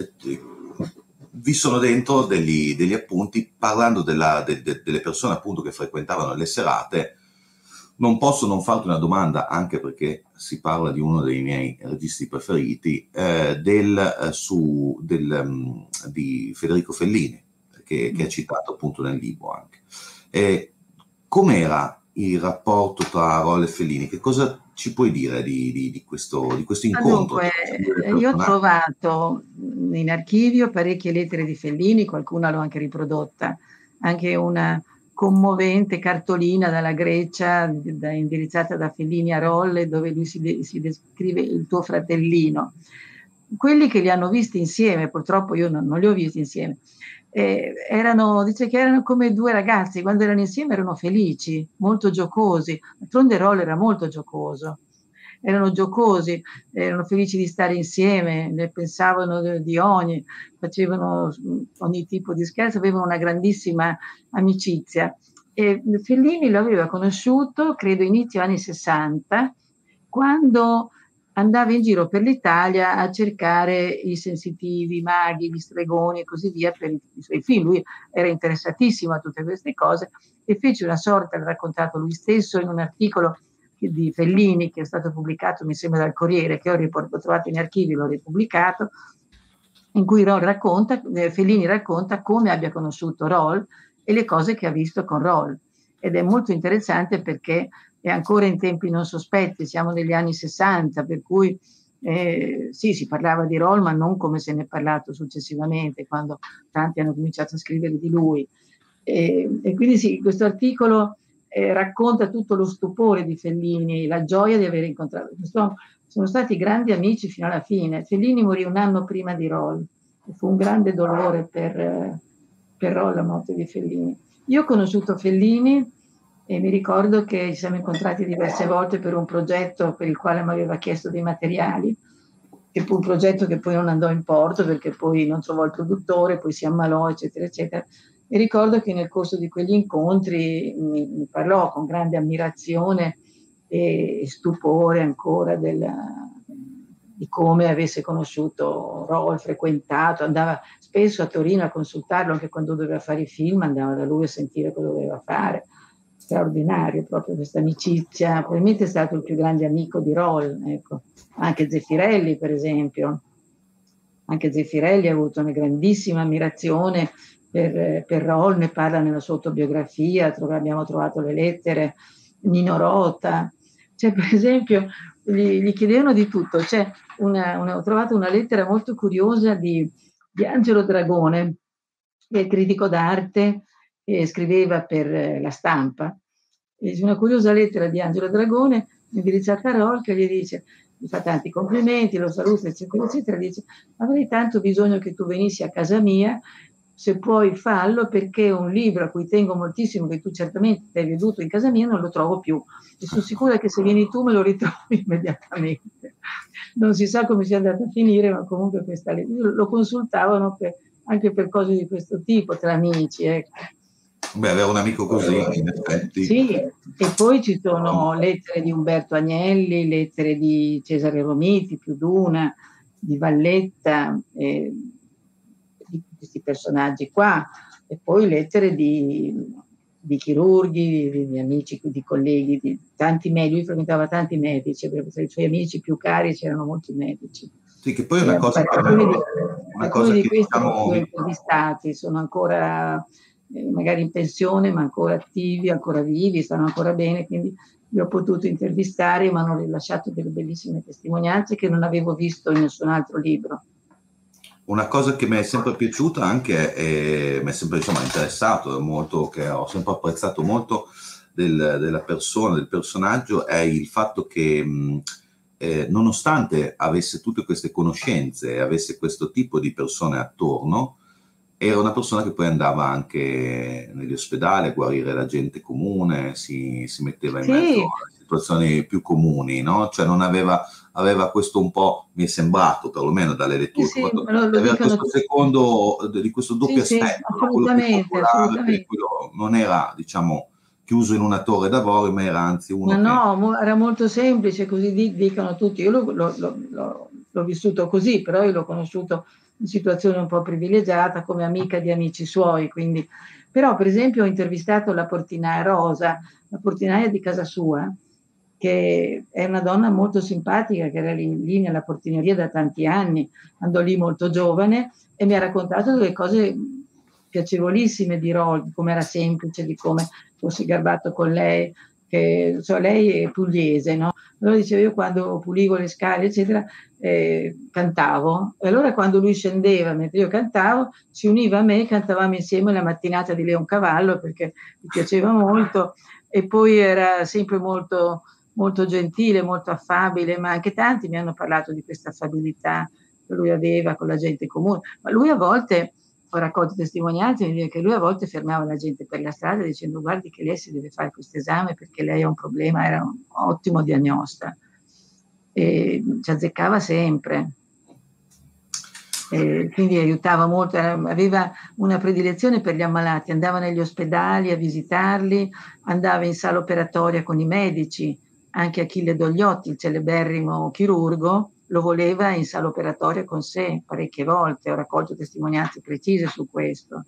vi sono dentro degli, degli appunti parlando della, de, de, delle persone appunto che frequentavano le serate. Non posso non farti una domanda, anche perché si parla di uno dei miei registi preferiti, eh, del, eh, su, del, um, di Federico Fellini, che, che è citato appunto nel libro anche. Eh, com'era il rapporto tra Roll e Fellini? Che cosa ci puoi dire di, di, di, questo, di questo incontro? Dunque, io ho trovato in archivio parecchie lettere di Fellini, qualcuna l'ho anche riprodotta, anche una commovente cartolina dalla Grecia da, indirizzata da Fellini a Roll, dove lui si, de, si descrive il tuo fratellino. Quelli che li hanno visti insieme, purtroppo io non, non li ho visti insieme, eh, erano, dice che erano come due ragazzi, quando erano insieme erano felici, molto giocosi. D'altronde Roll era molto giocoso. Erano giocosi, erano felici di stare insieme, ne pensavano di ogni, facevano ogni tipo di scherzo, avevano una grandissima amicizia. E Fellini lo aveva conosciuto, credo inizio anni sessanta, quando andava in giro per l'Italia a cercare i sensitivi, i maghi, gli stregoni e così via per i, i suoi film. Lui era interessatissimo a tutte queste cose e fece una sorta, l'ha raccontato lui stesso in un articolo di Fellini che è stato pubblicato, mi sembra, dal Corriere, che ho, riport- ho trovato in archivi, l'ho ripubblicato, in cui Roll racconta, eh, Fellini racconta come abbia conosciuto Roll e le cose che ha visto con Roll. Ed è molto interessante perché è ancora in tempi non sospetti, siamo negli anni sessanta, per cui eh, sì, si parlava di Roll, ma non come se ne è parlato successivamente, quando tanti hanno cominciato a scrivere di lui. E, e quindi sì, questo articolo eh, racconta tutto lo stupore di Fellini, la gioia di aver incontrato questo. Sono stati grandi amici fino alla fine. Fellini morì un anno prima di Roll, e fu un grande dolore per, per Roll la morte di Fellini. Io ho conosciuto Fellini e mi ricordo che ci siamo incontrati diverse volte per un progetto per il quale mi aveva chiesto dei materiali, che fu un progetto che poi non andò in porto perché poi non trovò il produttore, poi si ammalò, eccetera, eccetera. E ricordo che nel corso di quegli incontri mi, mi parlò con grande ammirazione e stupore ancora della, di come avesse conosciuto Roll, frequentato, andava spesso a Torino a consultarlo anche quando doveva fare i film, andava da lui a sentire cosa doveva fare. Straordinario proprio questa amicizia, probabilmente è stato il più grande amico di Roll, ecco. Anche Zeffirelli per esempio, anche Zeffirelli ha avuto una grandissima ammirazione per, per Roll, ne parla nella sua autobiografia, trov- abbiamo trovato le lettere, Nino Rota, cioè per esempio gli, gli chiedevano di tutto, c'è una, una, ho trovato una lettera molto curiosa di, di Angelo Dragone, che è critico d'arte, e scriveva per La Stampa, e c'è una curiosa lettera di Angelo Dragone indirizzata a Roll che gli dice, gli fa tanti complimenti, lo saluta, eccetera, eccetera, dice avrei tanto bisogno che tu venissi a casa mia, se puoi fallo, perché un libro a cui tengo moltissimo, che tu certamente hai veduto in casa mia, non lo trovo più e sono sicura che se vieni tu me lo ritrovi immediatamente. Non si sa come sia andata a finire, ma comunque questa lo consultavano per, anche per cose di questo tipo tra amici, ecco. Beh, avere un amico così, in effetti. Sì, e poi ci sono lettere di Umberto Agnelli, lettere di Cesare Romiti, più d'una, di Valletta, eh, di questi personaggi qua, e poi lettere di, di chirurghi, di, di amici, di colleghi, di tanti medici, lui frequentava tanti medici, perché tra i suoi amici più cari c'erano molti medici. Sì, che poi è una cosa, alcuni di, una alcuni cosa di che questi diciamo... sono intervistati, sono ancora eh, magari in pensione, ma ancora attivi, ancora vivi, stanno ancora bene, quindi li ho potuto intervistare, ma hanno rilasciato delle bellissime testimonianze che non avevo visto in nessun altro libro. Una cosa che mi è sempre piaciuta anche, e mi è sempre insomma, interessato molto, che ho sempre apprezzato molto del, della persona, del personaggio, è il fatto che mh, eh, nonostante avesse tutte queste conoscenze e avesse questo tipo di persone attorno, era una persona che poi andava anche negli ospedali a guarire la gente comune, si, si metteva in Sì. mezzo a situazioni più comuni, no? Cioè non aveva, aveva questo un po', mi è sembrato perlomeno dalle letture, sì, sì, sì, lo, lo aveva questo tutti. secondo, di questo doppio Sì, sì, aspetto, no? Quello più assolutamente, popolare, assolutamente. quello non era, diciamo, chiuso in una torre d'avorio, ma era anzi uno Ma che... no, mo- era molto semplice, così di- dicono tutti. Io l'ho, l'ho- l'ho- l'ho- l'ho vissuto così, però io l'ho conosciuto in situazione un po' privilegiata come amica di amici suoi. Quindi. Però, per esempio, ho intervistato la portinaia Rosa, la portinaia di casa sua, che è una donna molto simpatica, che era lì, lì nella portineria da tanti anni, andò lì molto giovane e mi ha raccontato delle cose piacevolissime di Roll, di come era semplice, di come fosse garbato con lei, che cioè, lei è pugliese, no? Allora dicevo io quando pulivo le scale, eccetera, eh, cantavo. E allora quando lui scendeva, mentre io cantavo, si univa a me, cantavamo insieme la mattinata di Leoncavallo perché mi piaceva molto e poi era sempre molto, molto gentile, molto affabile, ma anche tanti mi hanno parlato di questa affabilità che lui aveva con la gente comune. Ma lui a volte, ho raccolto testimonianze, che lui a volte fermava la gente per la strada dicendo guardi che lei si deve fare questo esame perché lei ha un problema, era un ottimo diagnosta e ci azzeccava sempre. E quindi aiutava molto, aveva una predilezione per gli ammalati, andava negli ospedali a visitarli, andava in sala operatoria con i medici, anche Achille Dogliotti, il celeberrimo chirurgo, lo voleva in sala operatoria con sé parecchie volte, ho raccolto testimonianze precise su questo.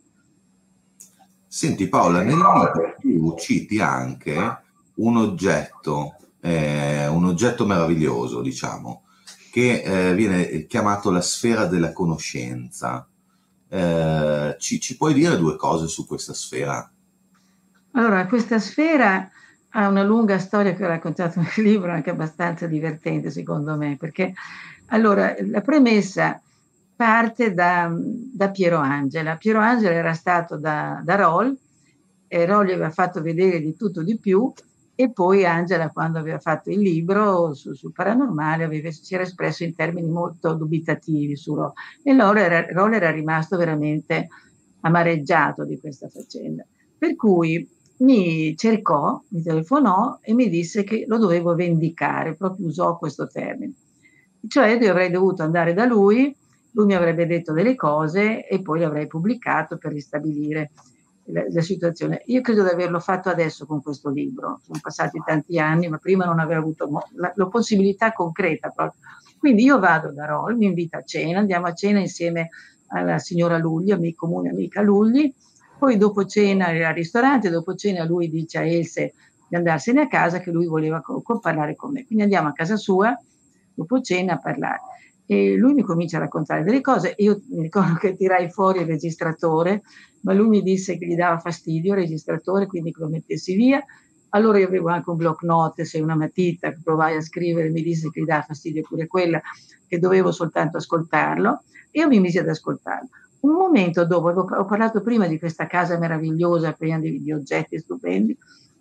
Senti Paola, nel libro tu citi anche un oggetto, eh, un oggetto meraviglioso, diciamo, che eh, viene chiamato la sfera della conoscenza. Eh, ci, ci puoi dire due cose su questa sfera? Allora, questa sfera ha una lunga storia che ho raccontato nel libro, anche abbastanza divertente secondo me, perché allora la premessa parte da, da Piero Angela. Piero Angela era stato da, da Roll, e Roll gli aveva fatto vedere di tutto di più, e poi Angela, quando aveva fatto il libro sul su paranormale, aveva, si era espresso in termini molto dubitativi su Roll, e Roll era, Roll era rimasto veramente amareggiato di questa faccenda. Per cui mi cercò, mi telefonò e mi disse che lo dovevo vendicare, proprio usò questo termine. Cioè io avrei dovuto andare da lui, lui mi avrebbe detto delle cose e poi l'avrei pubblicato per ristabilire la, la situazione. Io credo di averlo fatto adesso con questo libro, sono passati tanti anni, ma prima non avevo avuto la, la possibilità concreta proprio. Quindi io vado da Roll, mi invita a cena, andiamo a cena insieme alla signora Lugli, mia comune amica Lugli, poi dopo cena al ristorante, dopo cena lui dice a Else di andarsene a casa, che lui voleva co- co- parlare con me. Quindi andiamo a casa sua, dopo cena, a parlare. E lui mi comincia a raccontare delle cose. Io mi ricordo che tirai fuori il registratore, ma lui mi disse che gli dava fastidio il registratore, quindi che lo mettessi via. Allora io avevo anche un block notes e una matita che provai a scrivere, mi disse che gli dava fastidio pure quella, che dovevo soltanto ascoltarlo. E io mi misi ad ascoltarlo. Un momento dopo, ho parlato prima di questa casa meravigliosa, piena di, di oggetti stupendi,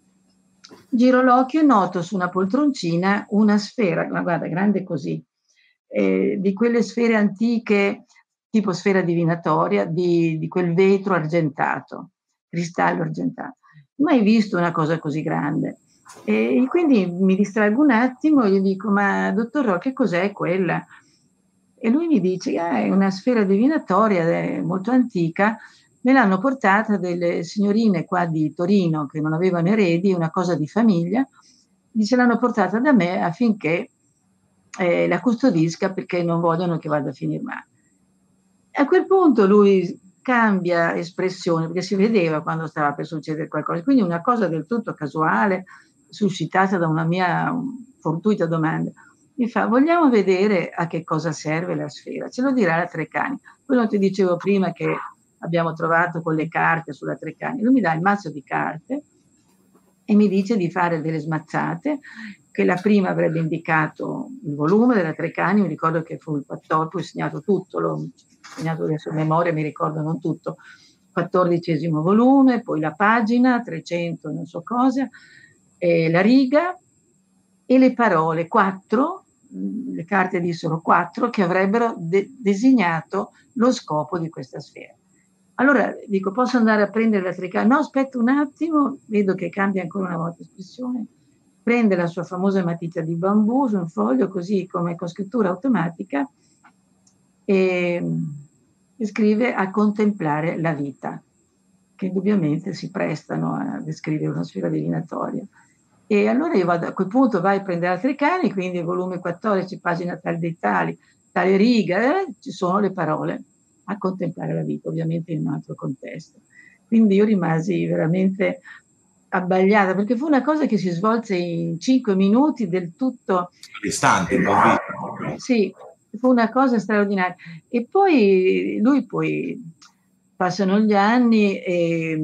giro l'occhio e noto su una poltroncina una sfera, ma guarda, grande così, eh, di quelle sfere antiche, tipo sfera divinatoria, di, di quel vetro argentato, cristallo argentato. Mai visto una cosa così grande. E quindi mi distraggo un attimo e gli dico, ma dottor Ro, che cos'è quella? E lui mi dice, ah, è una sfera divinatoria, è molto antica, me l'hanno portata delle signorine qua di Torino che non avevano eredi, una cosa di famiglia, dice l'hanno portata da me affinché eh, la custodisca perché non vogliono che vada a finire male. A quel punto lui cambia espressione perché si vedeva quando stava per succedere qualcosa, quindi una cosa del tutto casuale, suscitata da una mia fortuita domanda. Mi fa, vogliamo vedere a che cosa serve la sfera? Ce lo dirà la Treccani. Quello ti dicevo prima che abbiamo trovato con le carte sulla Treccani. Lui mi dà il mazzo di carte e mi dice di fare delle smazzate, che la prima avrebbe indicato il volume della Treccani, mi ricordo che fu il quattordici, ho segnato tutto, l'ho segnato adesso a memoria, mi ricordo non tutto, quattordicesimo volume, poi la pagina, trecento non so cosa, eh, la riga e le parole, quattro, le carte dissero quattro, che avrebbero de- designato lo scopo di questa sfera. Allora dico, posso andare a prendere la Treccani? No, aspetta un attimo, vedo che cambia ancora una volta espressione, prende la sua famosa matita di bambù su un foglio, così come con scrittura automatica, e, e scrive a contemplare la vita, che indubbiamente si prestano a descrivere una sfera divinatoria. E allora io vado, a quel punto vai a prendere altri cani, quindi volume quattordici, pagina tal dei tali, tale riga, eh, ci sono le parole a contemplare la vita, ovviamente in un altro contesto. Quindi io rimasi veramente abbagliata, perché fu una cosa che si svolse in cinque minuti del tutto... Istante, improvviso. Sì, fu una cosa straordinaria. E poi lui poi passano gli anni e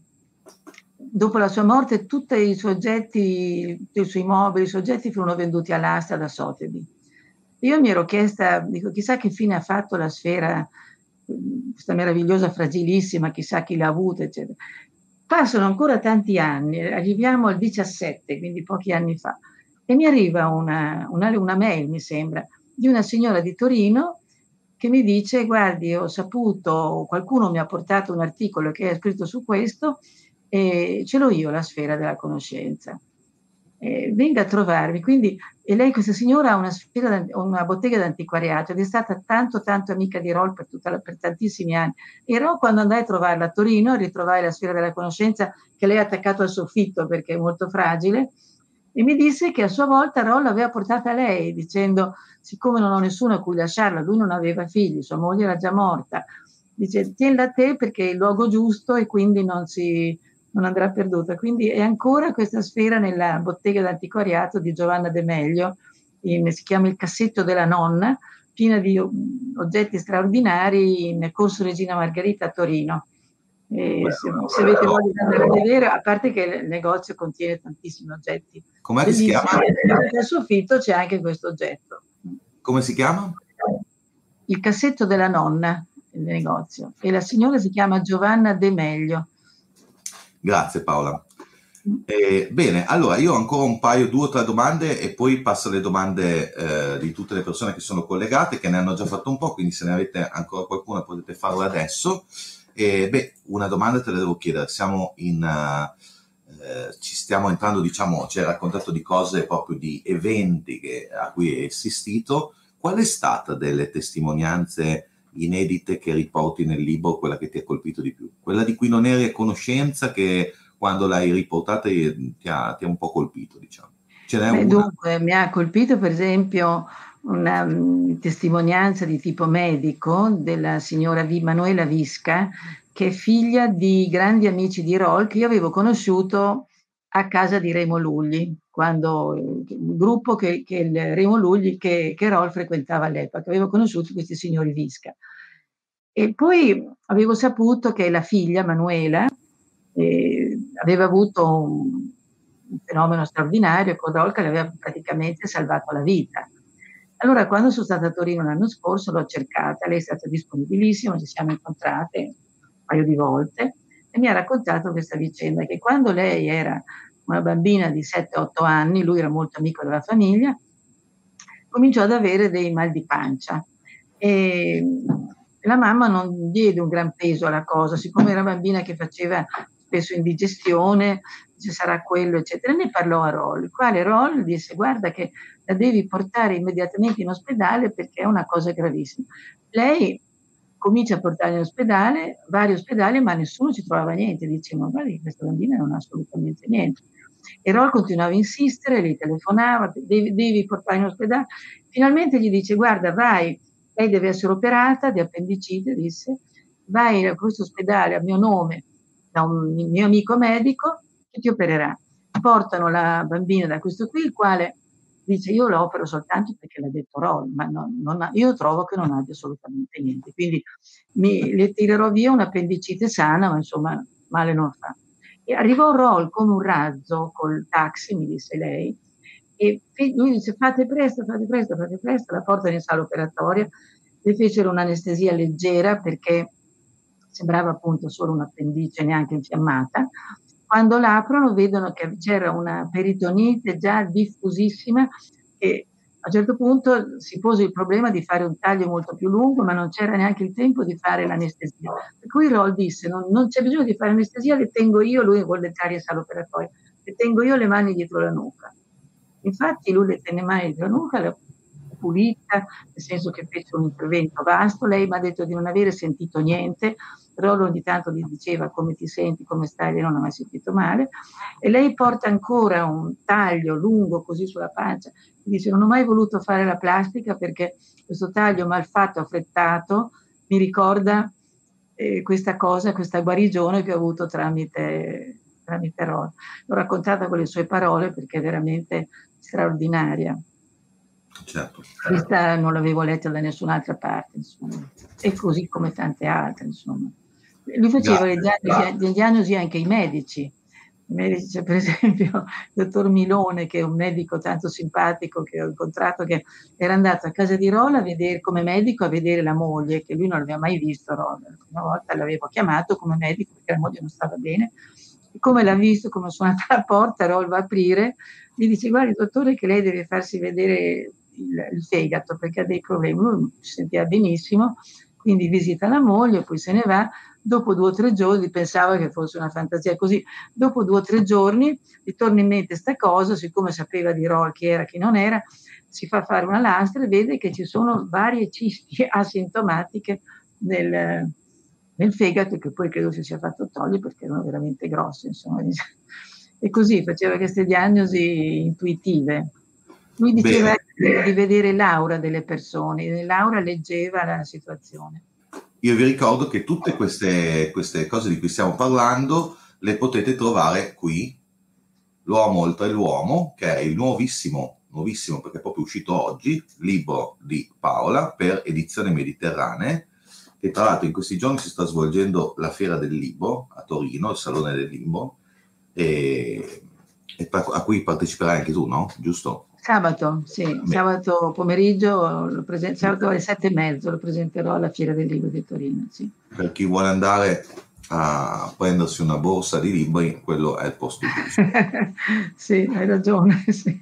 dopo la sua morte tutti i suoi oggetti, tutti i suoi mobili, i suoi oggetti furono venduti all'asta da Sotheby. Io mi ero chiesta, dico, chissà che fine ha fatto la sfera, questa meravigliosa, fragilissima, chissà chi l'ha avuta, eccetera. Passano ancora tanti anni, arriviamo al diciassette, quindi pochi anni fa, e mi arriva una, una, una mail, mi sembra, di una signora di Torino che mi dice, guardi, ho saputo, qualcuno mi ha portato un articolo che è scritto su questo, e ce l'ho io la sfera della conoscenza. Eh, venga a trovarmi. Quindi, e lei, questa signora, ha una, sfera, una bottega d'antiquariato ed è stata tanto tanto amica di Roll per, tutta la, per tantissimi anni. E Roll, quando andai a trovarla a Torino, ritrovai la sfera della conoscenza che lei ha attaccato al soffitto perché è molto fragile, E mi disse che a sua volta Roll l'aveva portata a lei, dicendo, siccome non ho nessuno a cui lasciarla, lui non aveva figli, sua moglie era già morta, dice tienila a te perché è il luogo giusto e quindi non, si, non andrà perduta. Quindi è ancora questa sfera nella bottega d'antiquariato di Giovanna De Meglio, in, si chiama Il cassetto della nonna, piena di oggetti straordinari in Corso Regina Margherita a Torino. E Beh, se, se avete voglia di andare a vedere, a parte che il negozio contiene tantissimi oggetti com'è che si bellissimi, chiama? nel soffitto c'è anche questo oggetto. Come si chiama? Il cassetto della nonna, il negozio, e la signora si chiama Giovanna De Meglio. Grazie Paola. Eh, bene, allora io ho ancora un paio, due o tre domande e poi passo alle domande eh, di tutte le persone che sono collegate, che ne hanno già fatto un po', quindi se ne avete ancora qualcuna potete farlo adesso. E, beh, una domanda te la devo chiedere, siamo in, uh, eh, ci stiamo entrando, diciamo, ci hai raccontato di cose proprio di eventi che, a cui hai assistito. Qual è stata delle testimonianze inedite che riporti nel libro, quella che ti ha colpito di più? Quella di cui non eri a conoscenza, che quando l'hai riportata ti ha, ti ha un po' colpito, diciamo. Ce n'è Beh, una? dunque, mi ha colpito per esempio una um, testimonianza di tipo medico della signora v- Manuela Visca, che è figlia di grandi amici di Roll che io avevo conosciuto a casa di Remo Lugli, quando il gruppo che, che il Remo Lugli, che, che Roll frequentava all'epoca, avevo conosciuto questi signori Visca. E poi avevo saputo che la figlia Manuela eh, aveva avuto un, un fenomeno straordinario, con Roll che le aveva praticamente salvato la vita. Allora, quando sono stata a Torino l'anno scorso, l'ho cercata, lei è stata disponibilissima, ci siamo incontrate un paio di volte e mi ha raccontato questa vicenda, che quando lei era una bambina di sette otto anni, lui era molto amico della famiglia, cominciò ad avere dei mal di pancia. E la mamma non diede un gran peso alla cosa, siccome era bambina che faceva spesso indigestione, ci sarà quello, eccetera. Ne parlò a Roll, il quale Roll disse guarda che la devi portare immediatamente in ospedale perché è una cosa gravissima. Lei comincia a portarla in ospedale, vari ospedali, ma nessuno ci trovava niente. Dice, ma guardi, questa bambina non ha assolutamente niente. E Roll continuava a insistere, lei telefonava, devi, devi portare in ospedale. Finalmente gli dice, guarda, vai, lei deve essere operata di appendicite, disse, vai a questo ospedale a mio nome, da un mio amico medico, che ti opererà. Portano la bambina da questo qui, il quale dice io la opero soltanto perché l'ha detto Roll, ma non, non ha, io trovo che non abbia assolutamente niente, quindi mi, le tirerò via un'appendicite sana, ma insomma male non fa. E arrivò Roll come un razzo col taxi, mi disse lei, e lui dice fate presto, fate presto, fate presto, la portano in sala operatoria, le fecero un'anestesia leggera perché sembrava appunto solo un'appendice neanche infiammata. Quando l'aprono vedono che c'era una peritonite già diffusissima e a un certo punto si pose il problema di fare un taglio molto più lungo, ma non c'era neanche il tempo di fare l'anestesia. Per cui Roll disse non, non c'è bisogno di fare anestesia, le tengo io, lui vuole entrare in sala operatoria, le tengo io le mani dietro la nuca. Infatti lui le tenne mani dietro la nuca, l'ha pulita, nel senso che fece un intervento vasto, lei mi ha detto di non avere sentito niente, però ogni tanto gli diceva come ti senti, come stai, lei non ha mai sentito male, e lei porta ancora un taglio lungo così sulla pancia, dice non ho mai voluto fare la plastica perché questo taglio mal fatto, affrettato, mi ricorda eh, questa cosa, questa guarigione che ho avuto tramite, tramite Roll. L'ho raccontata con le sue parole perché è veramente straordinaria. Certo. Questa non l'avevo letta da nessun'altra parte, insomma. E così come tante altre, insomma. Lui faceva le diagnosi, le diagnosi anche ai medici. I medici, c'è per esempio il dottor Milone, che è un medico tanto simpatico che ho incontrato, che era andato a casa di Roll a vedere, come medico a vedere la moglie, che lui non aveva mai visto Roll. Una volta l'avevo chiamato come medico perché la moglie non stava bene. E come l'ha visto, come ha suonato alla porta, Roll va a aprire, gli dice guardi dottore che lei deve farsi vedere il, il fegato perché ha dei problemi. Lui si sentiva benissimo, quindi visita la moglie, poi se ne va. Dopo due o tre giorni, pensava che fosse una fantasia così, dopo due o tre giorni gli torna in mente sta cosa, siccome sapeva di Roll chi era chi non era, si fa fare una lastra e vede che ci sono varie cisti asintomatiche nel, nel fegato, che poi credo si sia fatto togliere perché erano veramente grosse, insomma. e così faceva queste diagnosi intuitive. Lui diceva Bene. di, di vedere l'aura delle persone, e l'aura leggeva la situazione. Io vi ricordo che tutte queste, queste cose di cui stiamo parlando le potete trovare qui, L'uomo oltre l'uomo, che è il nuovissimo, nuovissimo perché è proprio uscito oggi, libro di Paola per Edizioni Mediterranee, e tra l'altro in questi giorni si sta svolgendo la Fiera del Libro a Torino, il Salone del Libro, e, e a cui parteciperai anche tu, no? Giusto? Sabato, sì, Beh. sabato pomeriggio, lo presen- sabato alle sette e mezzo lo presenterò alla Fiera del Libro di Torino, sì. Per chi vuole andare a prendersi una borsa di libri, quello è il posto giusto. Sì, hai ragione, sì.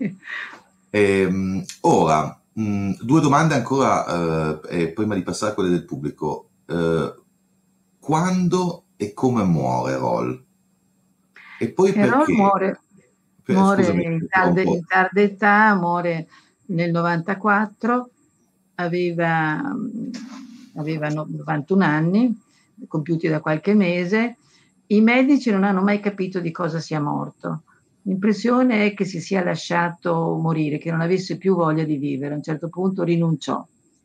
Ehm, ora, mh, due domande ancora eh, e prima di passare a quelle del pubblico. Eh, quando e come muore Roll? E poi Errol perché? muore, Per, muore scusami, in tarda, interrompo. in tarda età, muore nel novantaquattro, aveva, aveva novantuno anni, compiuti da qualche mese. I medici non hanno mai capito di cosa sia morto. L'impressione è che si sia lasciato morire, che non avesse più voglia di vivere. A un certo punto rinunciò.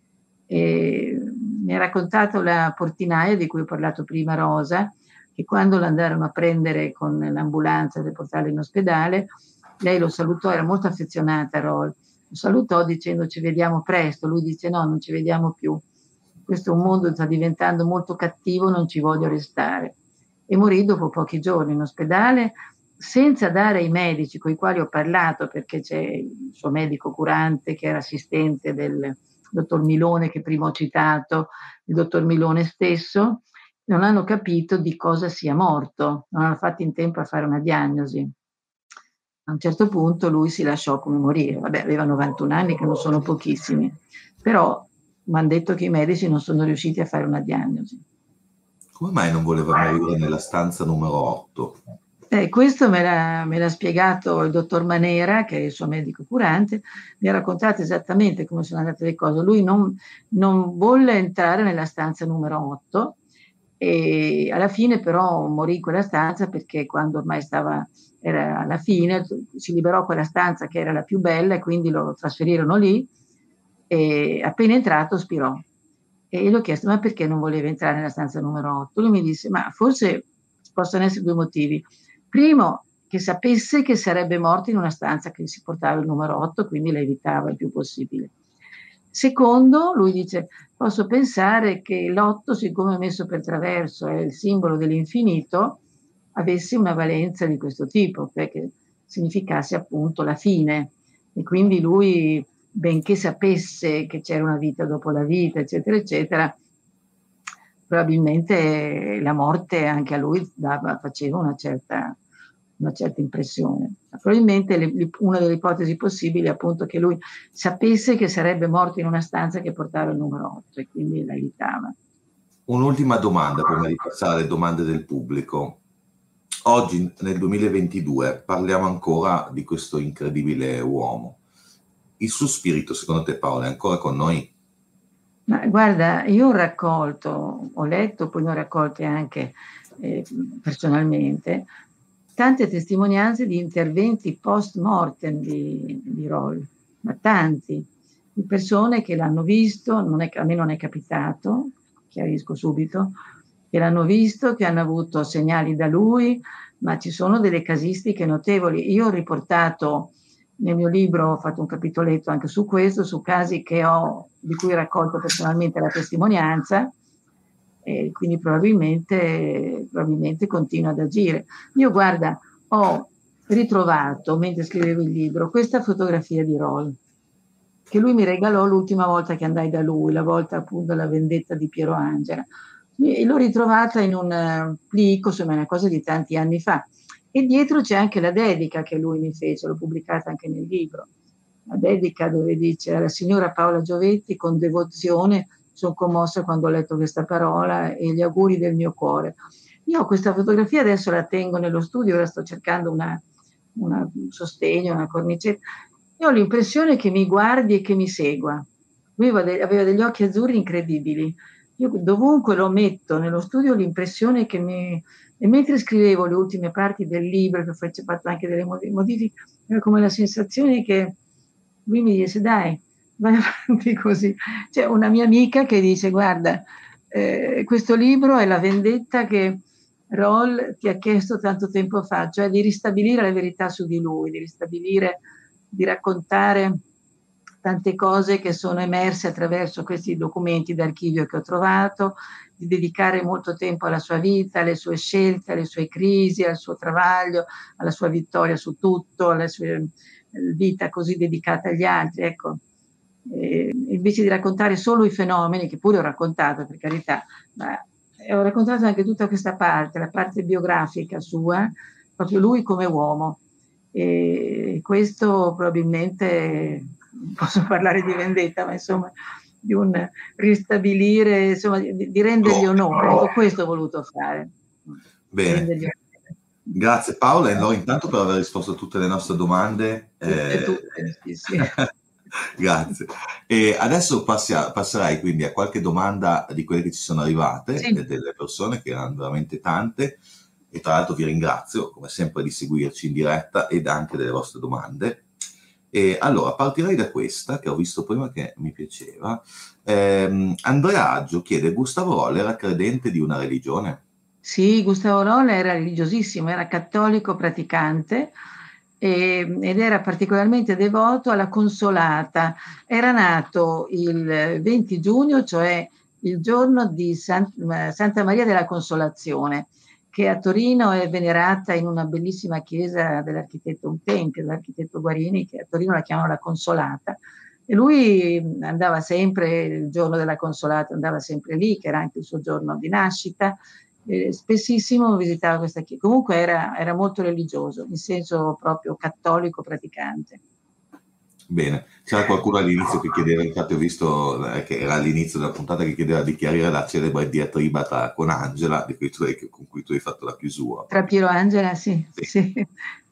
E mi ha raccontato la portinaia di cui ho parlato prima, Rosa, che quando l'andarono a prendere con l'ambulanza per portarlo in ospedale, lei lo salutò, era molto affezionata a Roll, lo salutò dicendo ci vediamo presto, lui dice no, non ci vediamo più, questo è un mondo che sta diventando molto cattivo, non ci voglio restare. E morì dopo pochi giorni in ospedale, senza dare ai medici con i quali ho parlato, perché c'è il suo medico curante che era assistente del dottor Milone che prima ho citato, il dottor Milone stesso, non hanno capito di cosa sia morto, non hanno fatto in tempo a fare una diagnosi. A un certo punto lui si lasciò come morire, vabbè, aveva novantuno anni che non sono pochissimi, però mi hanno detto che i medici non sono riusciti a fare una diagnosi. Come mai non voleva morire nella stanza numero otto? Eh, questo me l'ha, me l'ha spiegato il dottor Manera, che è il suo medico curante, mi ha raccontato esattamente come sono andate le cose. Lui non, non volle entrare nella stanza numero otto e alla fine però morì in quella stanza perché quando ormai stava, era alla fine, si liberò quella stanza che era la più bella e quindi lo trasferirono lì e appena entrato spirò. E gli ho chiesto ma perché non voleva entrare nella stanza numero otto? Lui mi disse ma forse possono essere due motivi. Primo, che sapesse che sarebbe morto in una stanza che si portava il numero otto, quindi la evitava il più possibile. Secondo, lui dice, posso pensare che l'otto, siccome è messo per traverso, è il simbolo dell'infinito, avesse una valenza di questo tipo, perché significasse appunto la fine. E quindi lui, benché sapesse che c'era una vita dopo la vita, eccetera, eccetera, probabilmente la morte anche a lui dava, faceva una certa, una certa impressione. Probabilmente le, una delle ipotesi possibili è appunto che lui sapesse che sarebbe morto in una stanza che portava il numero otto e quindi la evitava. Un'ultima domanda prima di passare alle domande del pubblico. Oggi, nel duemilaventidue, parliamo ancora di questo incredibile uomo. Il suo spirito, secondo te, Paola, è ancora con noi? Ma guarda, io ho raccolto, ho letto, poi ne ho raccolte anche eh, personalmente, tante testimonianze di interventi post mortem di, di Roll, ma tanti, di persone che l'hanno visto, non è, a me non è capitato, chiarisco subito, che l'hanno visto, che hanno avuto segnali da lui, ma ci sono delle casistiche notevoli. Io ho riportato nel mio libro, ho fatto un capitoletto anche su questo, su casi che ho, di cui ho raccolto personalmente la testimonianza, e quindi probabilmente, probabilmente continua ad agire. Io guarda, ho ritrovato, mentre scrivevo il libro, questa fotografia di Roll, che lui mi regalò l'ultima volta che andai da lui, la volta appunto della vendetta di Piero Angela. E l'ho ritrovata in un uh, plico, insomma, una cosa di tanti anni fa. E dietro c'è anche la dedica che lui mi fece, l'ho pubblicata anche nel libro. La dedica dove dice alla signora Paola Giovetti, con devozione, sono commossa quando ho letto questa parola e gli auguri del mio cuore. Io ho questa fotografia, adesso la tengo nello studio, ora sto cercando una, una, un sostegno, una cornicetta. Io ho l'impressione che mi guardi e che mi segua. Lui aveva degli occhi azzurri incredibili. io dovunque lo metto nello studio, l'impressione che mi... E mentre scrivevo le ultime parti del libro, che ho fatto anche delle modifiche, era come la sensazione che lui mi disse: dai, vai avanti così. C'è una mia amica che dice: guarda, eh, questo libro è la vendetta che Roll ti ha chiesto tanto tempo fa, cioè di ristabilire la verità su di lui, di ristabilire, di raccontare tante cose che sono emerse attraverso questi documenti d'archivio che ho trovato, di dedicare molto tempo alla sua vita, alle sue scelte, alle sue crisi, al suo travaglio, alla sua vittoria su tutto, alla sua vita così dedicata agli altri. Ecco, e invece di raccontare solo i fenomeni, che pure ho raccontato, per carità, ma ho raccontato anche tutta questa parte, la parte biografica sua, proprio lui come uomo. E questo probabilmente, posso parlare di vendetta, ma insomma di un ristabilire, insomma di, di rendergli onore. Ecco, questo ho voluto fare. Bene, grazie Paola, e allora intanto per aver risposto a tutte le nostre domande. Tutte, eh... tutte, sì, sì. Grazie. E adesso passia, passerai quindi a qualche domanda di quelle che ci sono arrivate, Sì. delle persone, che erano veramente tante, e tra l'altro vi ringrazio come sempre di seguirci in diretta ed anche delle vostre domande. E allora partirei da questa che ho visto prima, che mi piaceva. ehm, Andrea Aggio chiede: Gustavo Roll era credente di una religione? Sì, Gustavo Roll era religiosissimo, era cattolico praticante e, ed era particolarmente devoto alla Consolata. Era nato il venti giugno, cioè il giorno di San, Santa Maria della Consolazione, che a Torino è venerata in una bellissima chiesa dell'architetto, un tempio dell'architetto Guarini, che a Torino la chiamano la Consolata. E lui andava sempre, il giorno della Consolata, andava sempre lì, che era anche il suo giorno di nascita. Eh, spessissimo visitava questa chiesa. Comunque era, era molto religioso, in senso proprio cattolico praticante. Bene, c'era qualcuno all'inizio che chiedeva, infatti ho visto eh, che era all'inizio della puntata, che chiedeva di chiarire la celebre diatriba tra, con Angela, di cui tu hai, con cui tu hai fatto la chiusura. Tra Piero e Angela, sì. Sì. Sì.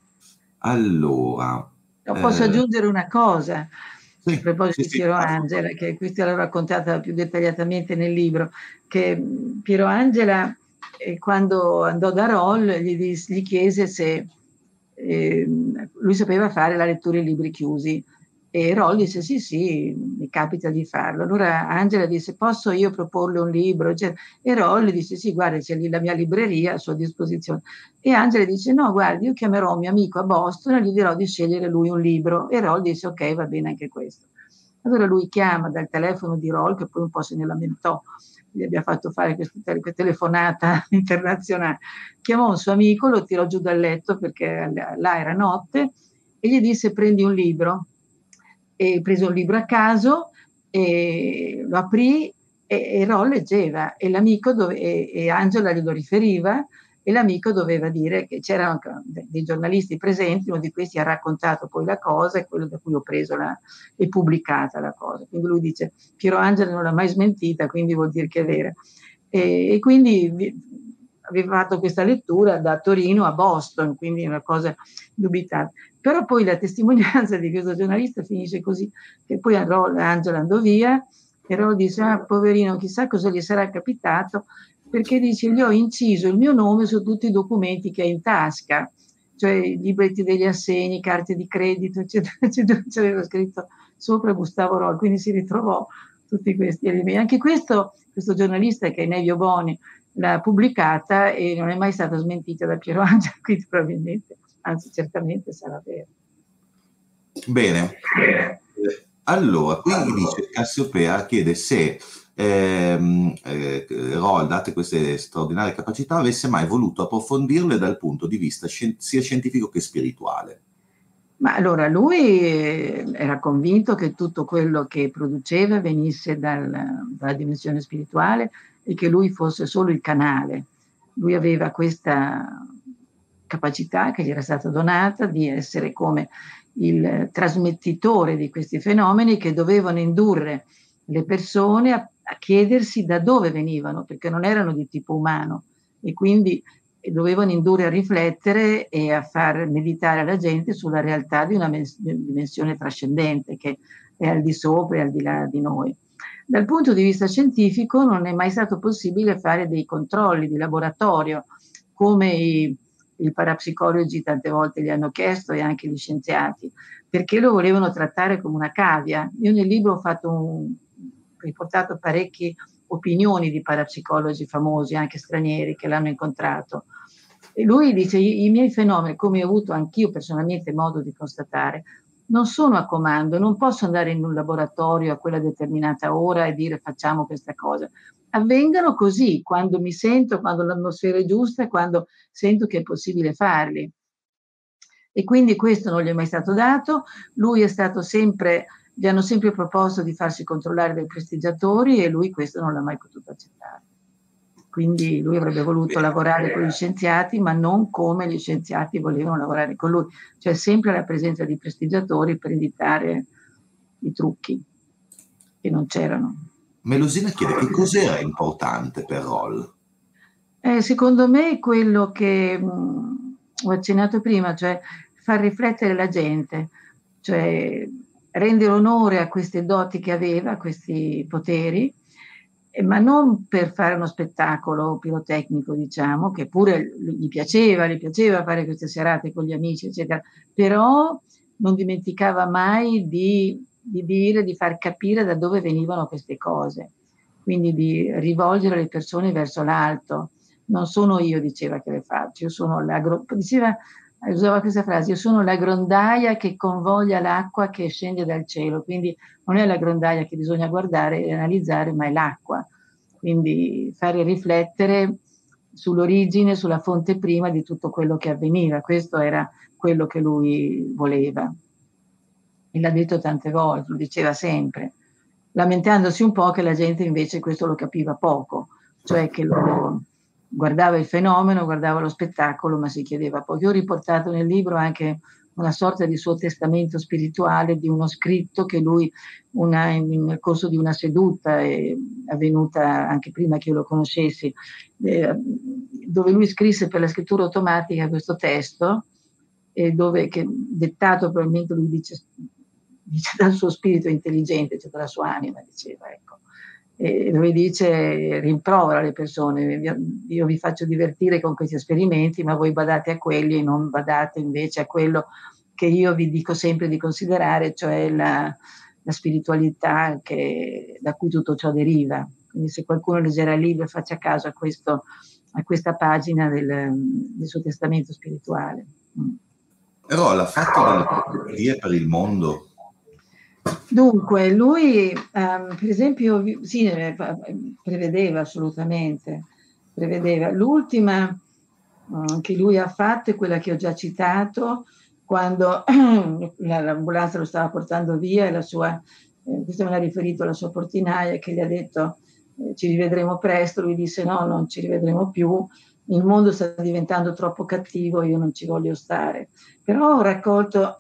Allora, No, posso eh, aggiungere una cosa sì, a proposito sì, di sì, Piero Angela, che questa l'ho raccontata più dettagliatamente nel libro, che Piero Angela, eh, quando andò da Roll, gli, dis, gli chiese se eh, lui sapeva fare la lettura in libri chiusi. E Roll disse: sì, sì, mi capita di farlo. Allora Angela disse: posso io proporle un libro? Cioè, e Roll disse: sì, guarda, c'è lì la mia libreria a sua disposizione. E Angela dice: no, guardi, io chiamerò un mio amico a Boston e gli dirò di scegliere lui un libro. E Roll dice: ok, va bene anche questo. Allora lui chiama dal telefono di Roll, che poi un po' se ne lamentò, gli abbia fatto fare questa telefonata internazionale. Chiamò un suo amico, lo tirò giù dal letto perché là era notte, e gli disse: prendi un libro. E prese un libro a caso, e lo aprì, e, e Roll leggeva, e l'amico dove, e, e Angela glielo riferiva, e l'amico doveva dire che c'erano dei giornalisti presenti, uno di questi ha raccontato poi la cosa, e quello da cui ho preso la, e pubblicata la cosa. Quindi lui dice: Piero Angela non l'ha mai smentita, quindi vuol dire che è vera. E, e quindi aveva fatto questa lettura da Torino a Boston, quindi una cosa dubitabile. Però poi la testimonianza di questo giornalista finisce così, che poi Angela andò via, e Roll dice: ah, poverino, chissà cosa gli sarà capitato, perché dice: gli ho inciso il mio nome su tutti i documenti che ha in tasca, cioè i libretti degli assegni, carte di credito, eccetera, eccetera, c'aveva scritto sopra Gustavo Roll, quindi si ritrovò tutti questi elementi. Anche questo, questo giornalista, che è Nevio Boni, l'ha pubblicata e non è mai stata smentita da Piero Angela, quindi probabilmente, anzi certamente sarà vero. Bene, allora qui dice Cassiopea, chiede se ehm, eh, Roll, date queste straordinarie capacità, avesse mai voluto approfondirle dal punto di vista scien- sia scientifico che spirituale. Ma allora lui era convinto che tutto quello che produceva venisse dal, dalla dimensione spirituale e che lui fosse solo il canale. Lui aveva questa capacità che gli era stata donata di essere come il trasmettitore di questi fenomeni, che dovevano indurre le persone a, a chiedersi da dove venivano, perché non erano di tipo umano, e quindi dovevano indurre a riflettere e a far meditare la gente sulla realtà di una dimensione trascendente, che è al di sopra e al di là di noi. Dal punto di vista scientifico non è mai stato possibile fare dei controlli di laboratorio, come i, i parapsicologi tante volte gli hanno chiesto e anche gli scienziati, perché lo volevano trattare come una cavia. Io nel libro ho fatto un, riportato parecchie opinioni di parapsicologi famosi, anche stranieri, che l'hanno incontrato. E lui dice: i, i miei fenomeni, come ho avuto anch'io personalmente modo di constatare, non sono a comando, non posso andare in un laboratorio a quella determinata ora e dire facciamo questa cosa. Avvengono così, quando mi sento, quando l'atmosfera è giusta, quando sento che è possibile farli. E quindi questo non gli è mai stato dato. Lui è stato sempre, gli hanno sempre proposto di farsi controllare dai prestigiatori e lui questo non l'ha mai potuto accettare. Quindi lui avrebbe voluto Bene. lavorare con gli scienziati, ma non come gli scienziati volevano lavorare con lui, cioè sempre la presenza di prestigiatori per evitare i trucchi che non c'erano. Melusina chiede che cos'era importante per Roll. Eh, secondo me quello che mh, ho accennato prima, cioè far riflettere la gente, cioè rendere onore a queste doti che aveva, a questi poteri, eh, ma non per fare uno spettacolo pirotecnico, diciamo, che pure gli piaceva, gli piaceva fare queste serate con gli amici, eccetera, però non dimenticava mai di, di dire, di far capire da dove venivano queste cose, quindi di rivolgere le persone verso l'alto. Non sono io, diceva, che le faccio, io sono la, diceva, usava questa frase, io sono la grondaia che convoglia l'acqua che scende dal cielo, quindi non è la grondaia che bisogna guardare e analizzare, ma è l'acqua, quindi fare riflettere sull'origine, sulla fonte prima di tutto quello che avveniva. Questo era quello che lui voleva e l'ha detto tante volte, lo diceva sempre, lamentandosi un po' che la gente invece questo lo capiva poco, cioè che lo guardava il fenomeno, guardava lo spettacolo, ma si chiedeva poco. Io ho riportato nel libro anche una sorta di suo testamento spirituale, di uno scritto che lui una, nel corso di una seduta eh, avvenuta anche prima che io lo conoscessi, eh, dove lui scrisse per la scrittura automatica questo testo, eh, dove, che, dettato probabilmente lui dice, dice dal suo spirito intelligente, cioè dalla sua anima, diceva, ecco. E dove dice rimprovera le persone, io vi faccio divertire con questi esperimenti, ma voi badate a quelli e non badate invece a quello che io vi dico sempre di considerare, cioè la, la spiritualità che, da cui tutto ciò deriva. Quindi se qualcuno leggerà il libro faccia caso a, questo, a questa pagina del, del suo testamento spirituale. Roll ha fatto delle profezie per il mondo? Dunque, lui, um, per esempio, sì, prevedeva assolutamente, prevedeva. L'ultima um, che lui ha fatto è quella che ho già citato, quando l'ambulanza lo stava portando via e la sua, eh, questo me l'ha riferito alla sua portinaia che gli ha detto eh, ci rivedremo presto, lui disse no, non ci rivedremo più, il mondo sta diventando troppo cattivo, io non ci voglio stare. Però ho raccolto,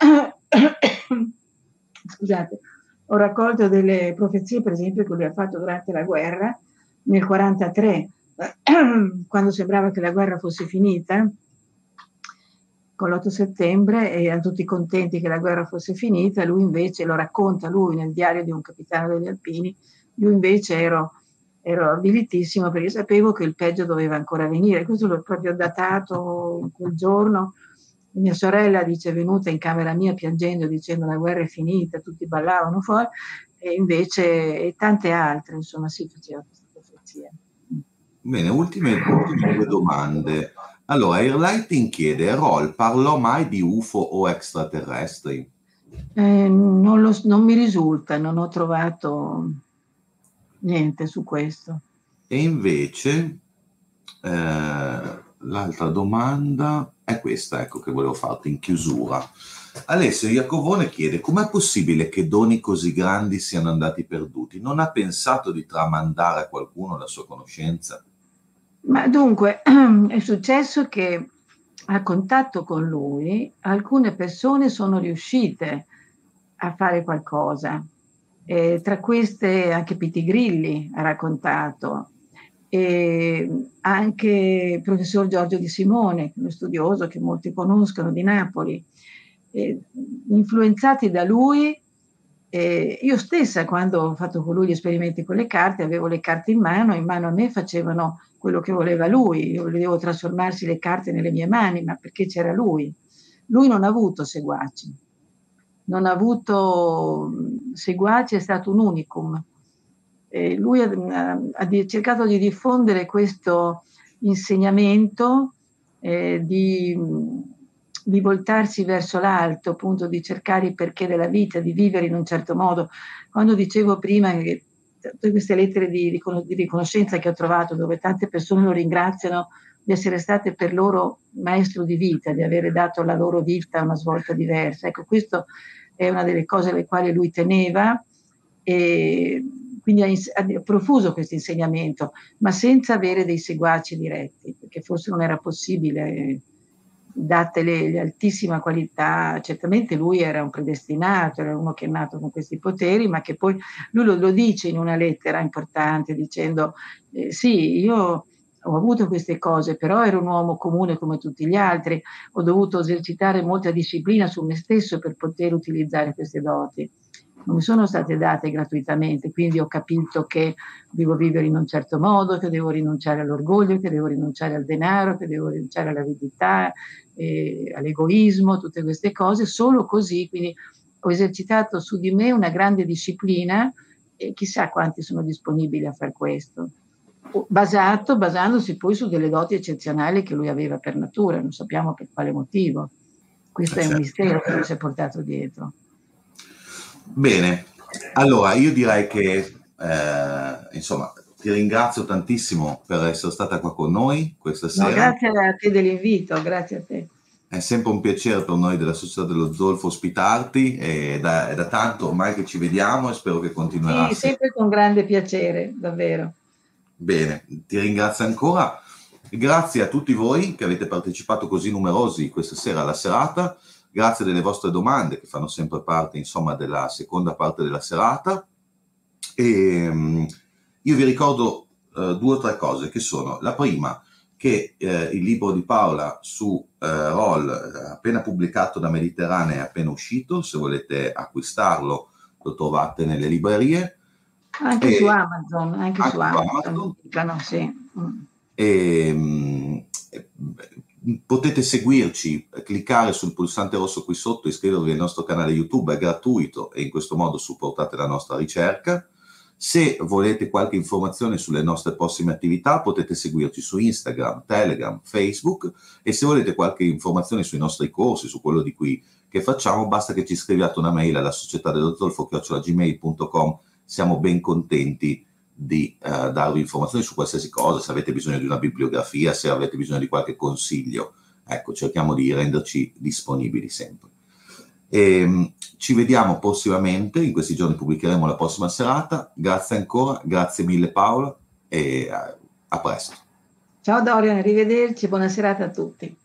scusate, ho raccolto delle profezie, per esempio, che lui ha fatto durante la guerra, nel quarantatré, quando sembrava che la guerra fosse finita, con l'otto settembre, e erano tutti contenti che la guerra fosse finita, lui invece, lo racconta lui nel diario di un capitano degli Alpini, io invece ero, ero abilitissimo perché sapevo che il peggio doveva ancora venire, questo l'ho proprio datato quel giorno. Mia sorella dice è venuta in camera mia piangendo dicendo la guerra è finita, tutti ballavano fuori, e invece e tante altre, insomma, si faceva questa profezia. Bene, ultime, ultime due domande. Allora, Airlighting chiede, Roll parlò mai di U F O o extraterrestri? Eh, non, lo, non mi risulta, non ho trovato niente su questo. E invece eh, l'altra domanda è questa, ecco, che volevo farti in chiusura. Alessio Iacovone chiede: com'è possibile che doni così grandi siano andati perduti? Non ha pensato di tramandare a qualcuno la sua conoscenza? Ma dunque, è successo che a contatto con lui alcune persone sono riuscite a fare qualcosa. E tra queste anche Pitti Grilli ha raccontato, e anche il professor Giorgio Di Simone, uno studioso che molti conoscono di Napoli. E, influenzati da lui, E io stessa, quando ho fatto con lui gli esperimenti con le carte, avevo le carte in mano, in mano a me facevano quello che voleva lui, io volevo trasformarsi le carte nelle mie mani, ma perché c'era lui. Lui non ha avuto seguaci, non ha avuto seguaci, è stato un unicum. E lui ha, ha cercato di diffondere questo insegnamento eh, di, di voltarsi verso l'alto, appunto di cercare il perché della vita, di vivere in un certo modo. Quando dicevo prima che tutte queste lettere di, ricon- di riconoscenza che ho trovato, dove tante persone lo ringraziano di essere state per loro maestro di vita, di avere dato alla loro vita una svolta diversa. Ecco, questo è una delle cose alle quali lui teneva, e quindi ha, ha profuso questo insegnamento, ma senza avere dei seguaci diretti, perché forse non era possibile, date le, le altissima qualità. Certamente lui era un predestinato, era uno che è nato con questi poteri, ma che poi lui lo, lo dice in una lettera importante dicendo eh, sì, io ho avuto queste cose, però ero un uomo comune come tutti gli altri, ho dovuto esercitare molta disciplina su me stesso per poter utilizzare queste doti. Non mi sono state date gratuitamente, quindi ho capito che devo vivere in un certo modo, che devo rinunciare all'orgoglio, che devo rinunciare al denaro, che devo rinunciare all'avidità, eh, all'egoismo, tutte queste cose. Solo così, quindi ho esercitato su di me una grande disciplina, e chissà quanti sono disponibili a far questo. Basato, basandosi poi su delle doti eccezionali che lui aveva per natura, non sappiamo per quale motivo. Questo è un mistero che lui si è portato dietro. Bene, allora io direi che eh, insomma ti ringrazio tantissimo per essere stata qua con noi questa No, sera. grazie a te dell'invito, grazie a te. È sempre un piacere per noi della Società dello Zolfo ospitarti, e da, è da tanto ormai che ci vediamo e spero che continuerà. Sì, sempre con grande piacere, davvero. Bene, ti ringrazio ancora. Grazie a tutti voi che avete partecipato così numerosi questa sera alla serata. Grazie delle vostre domande che fanno sempre parte, insomma, della seconda parte della serata. E um, io vi ricordo uh, due o tre cose, che sono: la prima, che eh, il libro di Paola su eh, Roll, appena pubblicato da Mediterranea, è appena uscito. Se volete acquistarlo lo trovate nelle librerie. Anche e su Amazon, anche, anche su Amazon. Amazon, sì. E, mh, potete seguirci, cliccare sul pulsante rosso qui sotto, iscrivervi al nostro canale YouTube, è gratuito e in questo modo supportate la nostra ricerca. Se volete qualche informazione sulle nostre prossime attività, potete seguirci su Instagram, Telegram, Facebook, e se volete qualche informazione sui nostri corsi, su quello di cui che facciamo, basta che ci scriviate una mail alla società dello zolfo chiocciola gmail punto com. Siamo ben contenti di uh, darvi informazioni su qualsiasi cosa. Se avete bisogno di una bibliografia, se avete bisogno di qualche consiglio, ecco, cerchiamo di renderci disponibili sempre. E, um, ci vediamo prossimamente, in questi giorni pubblicheremo la prossima serata. Grazie ancora, grazie mille Paola, e uh, a presto. Ciao Dorian, arrivederci, buona serata a tutti.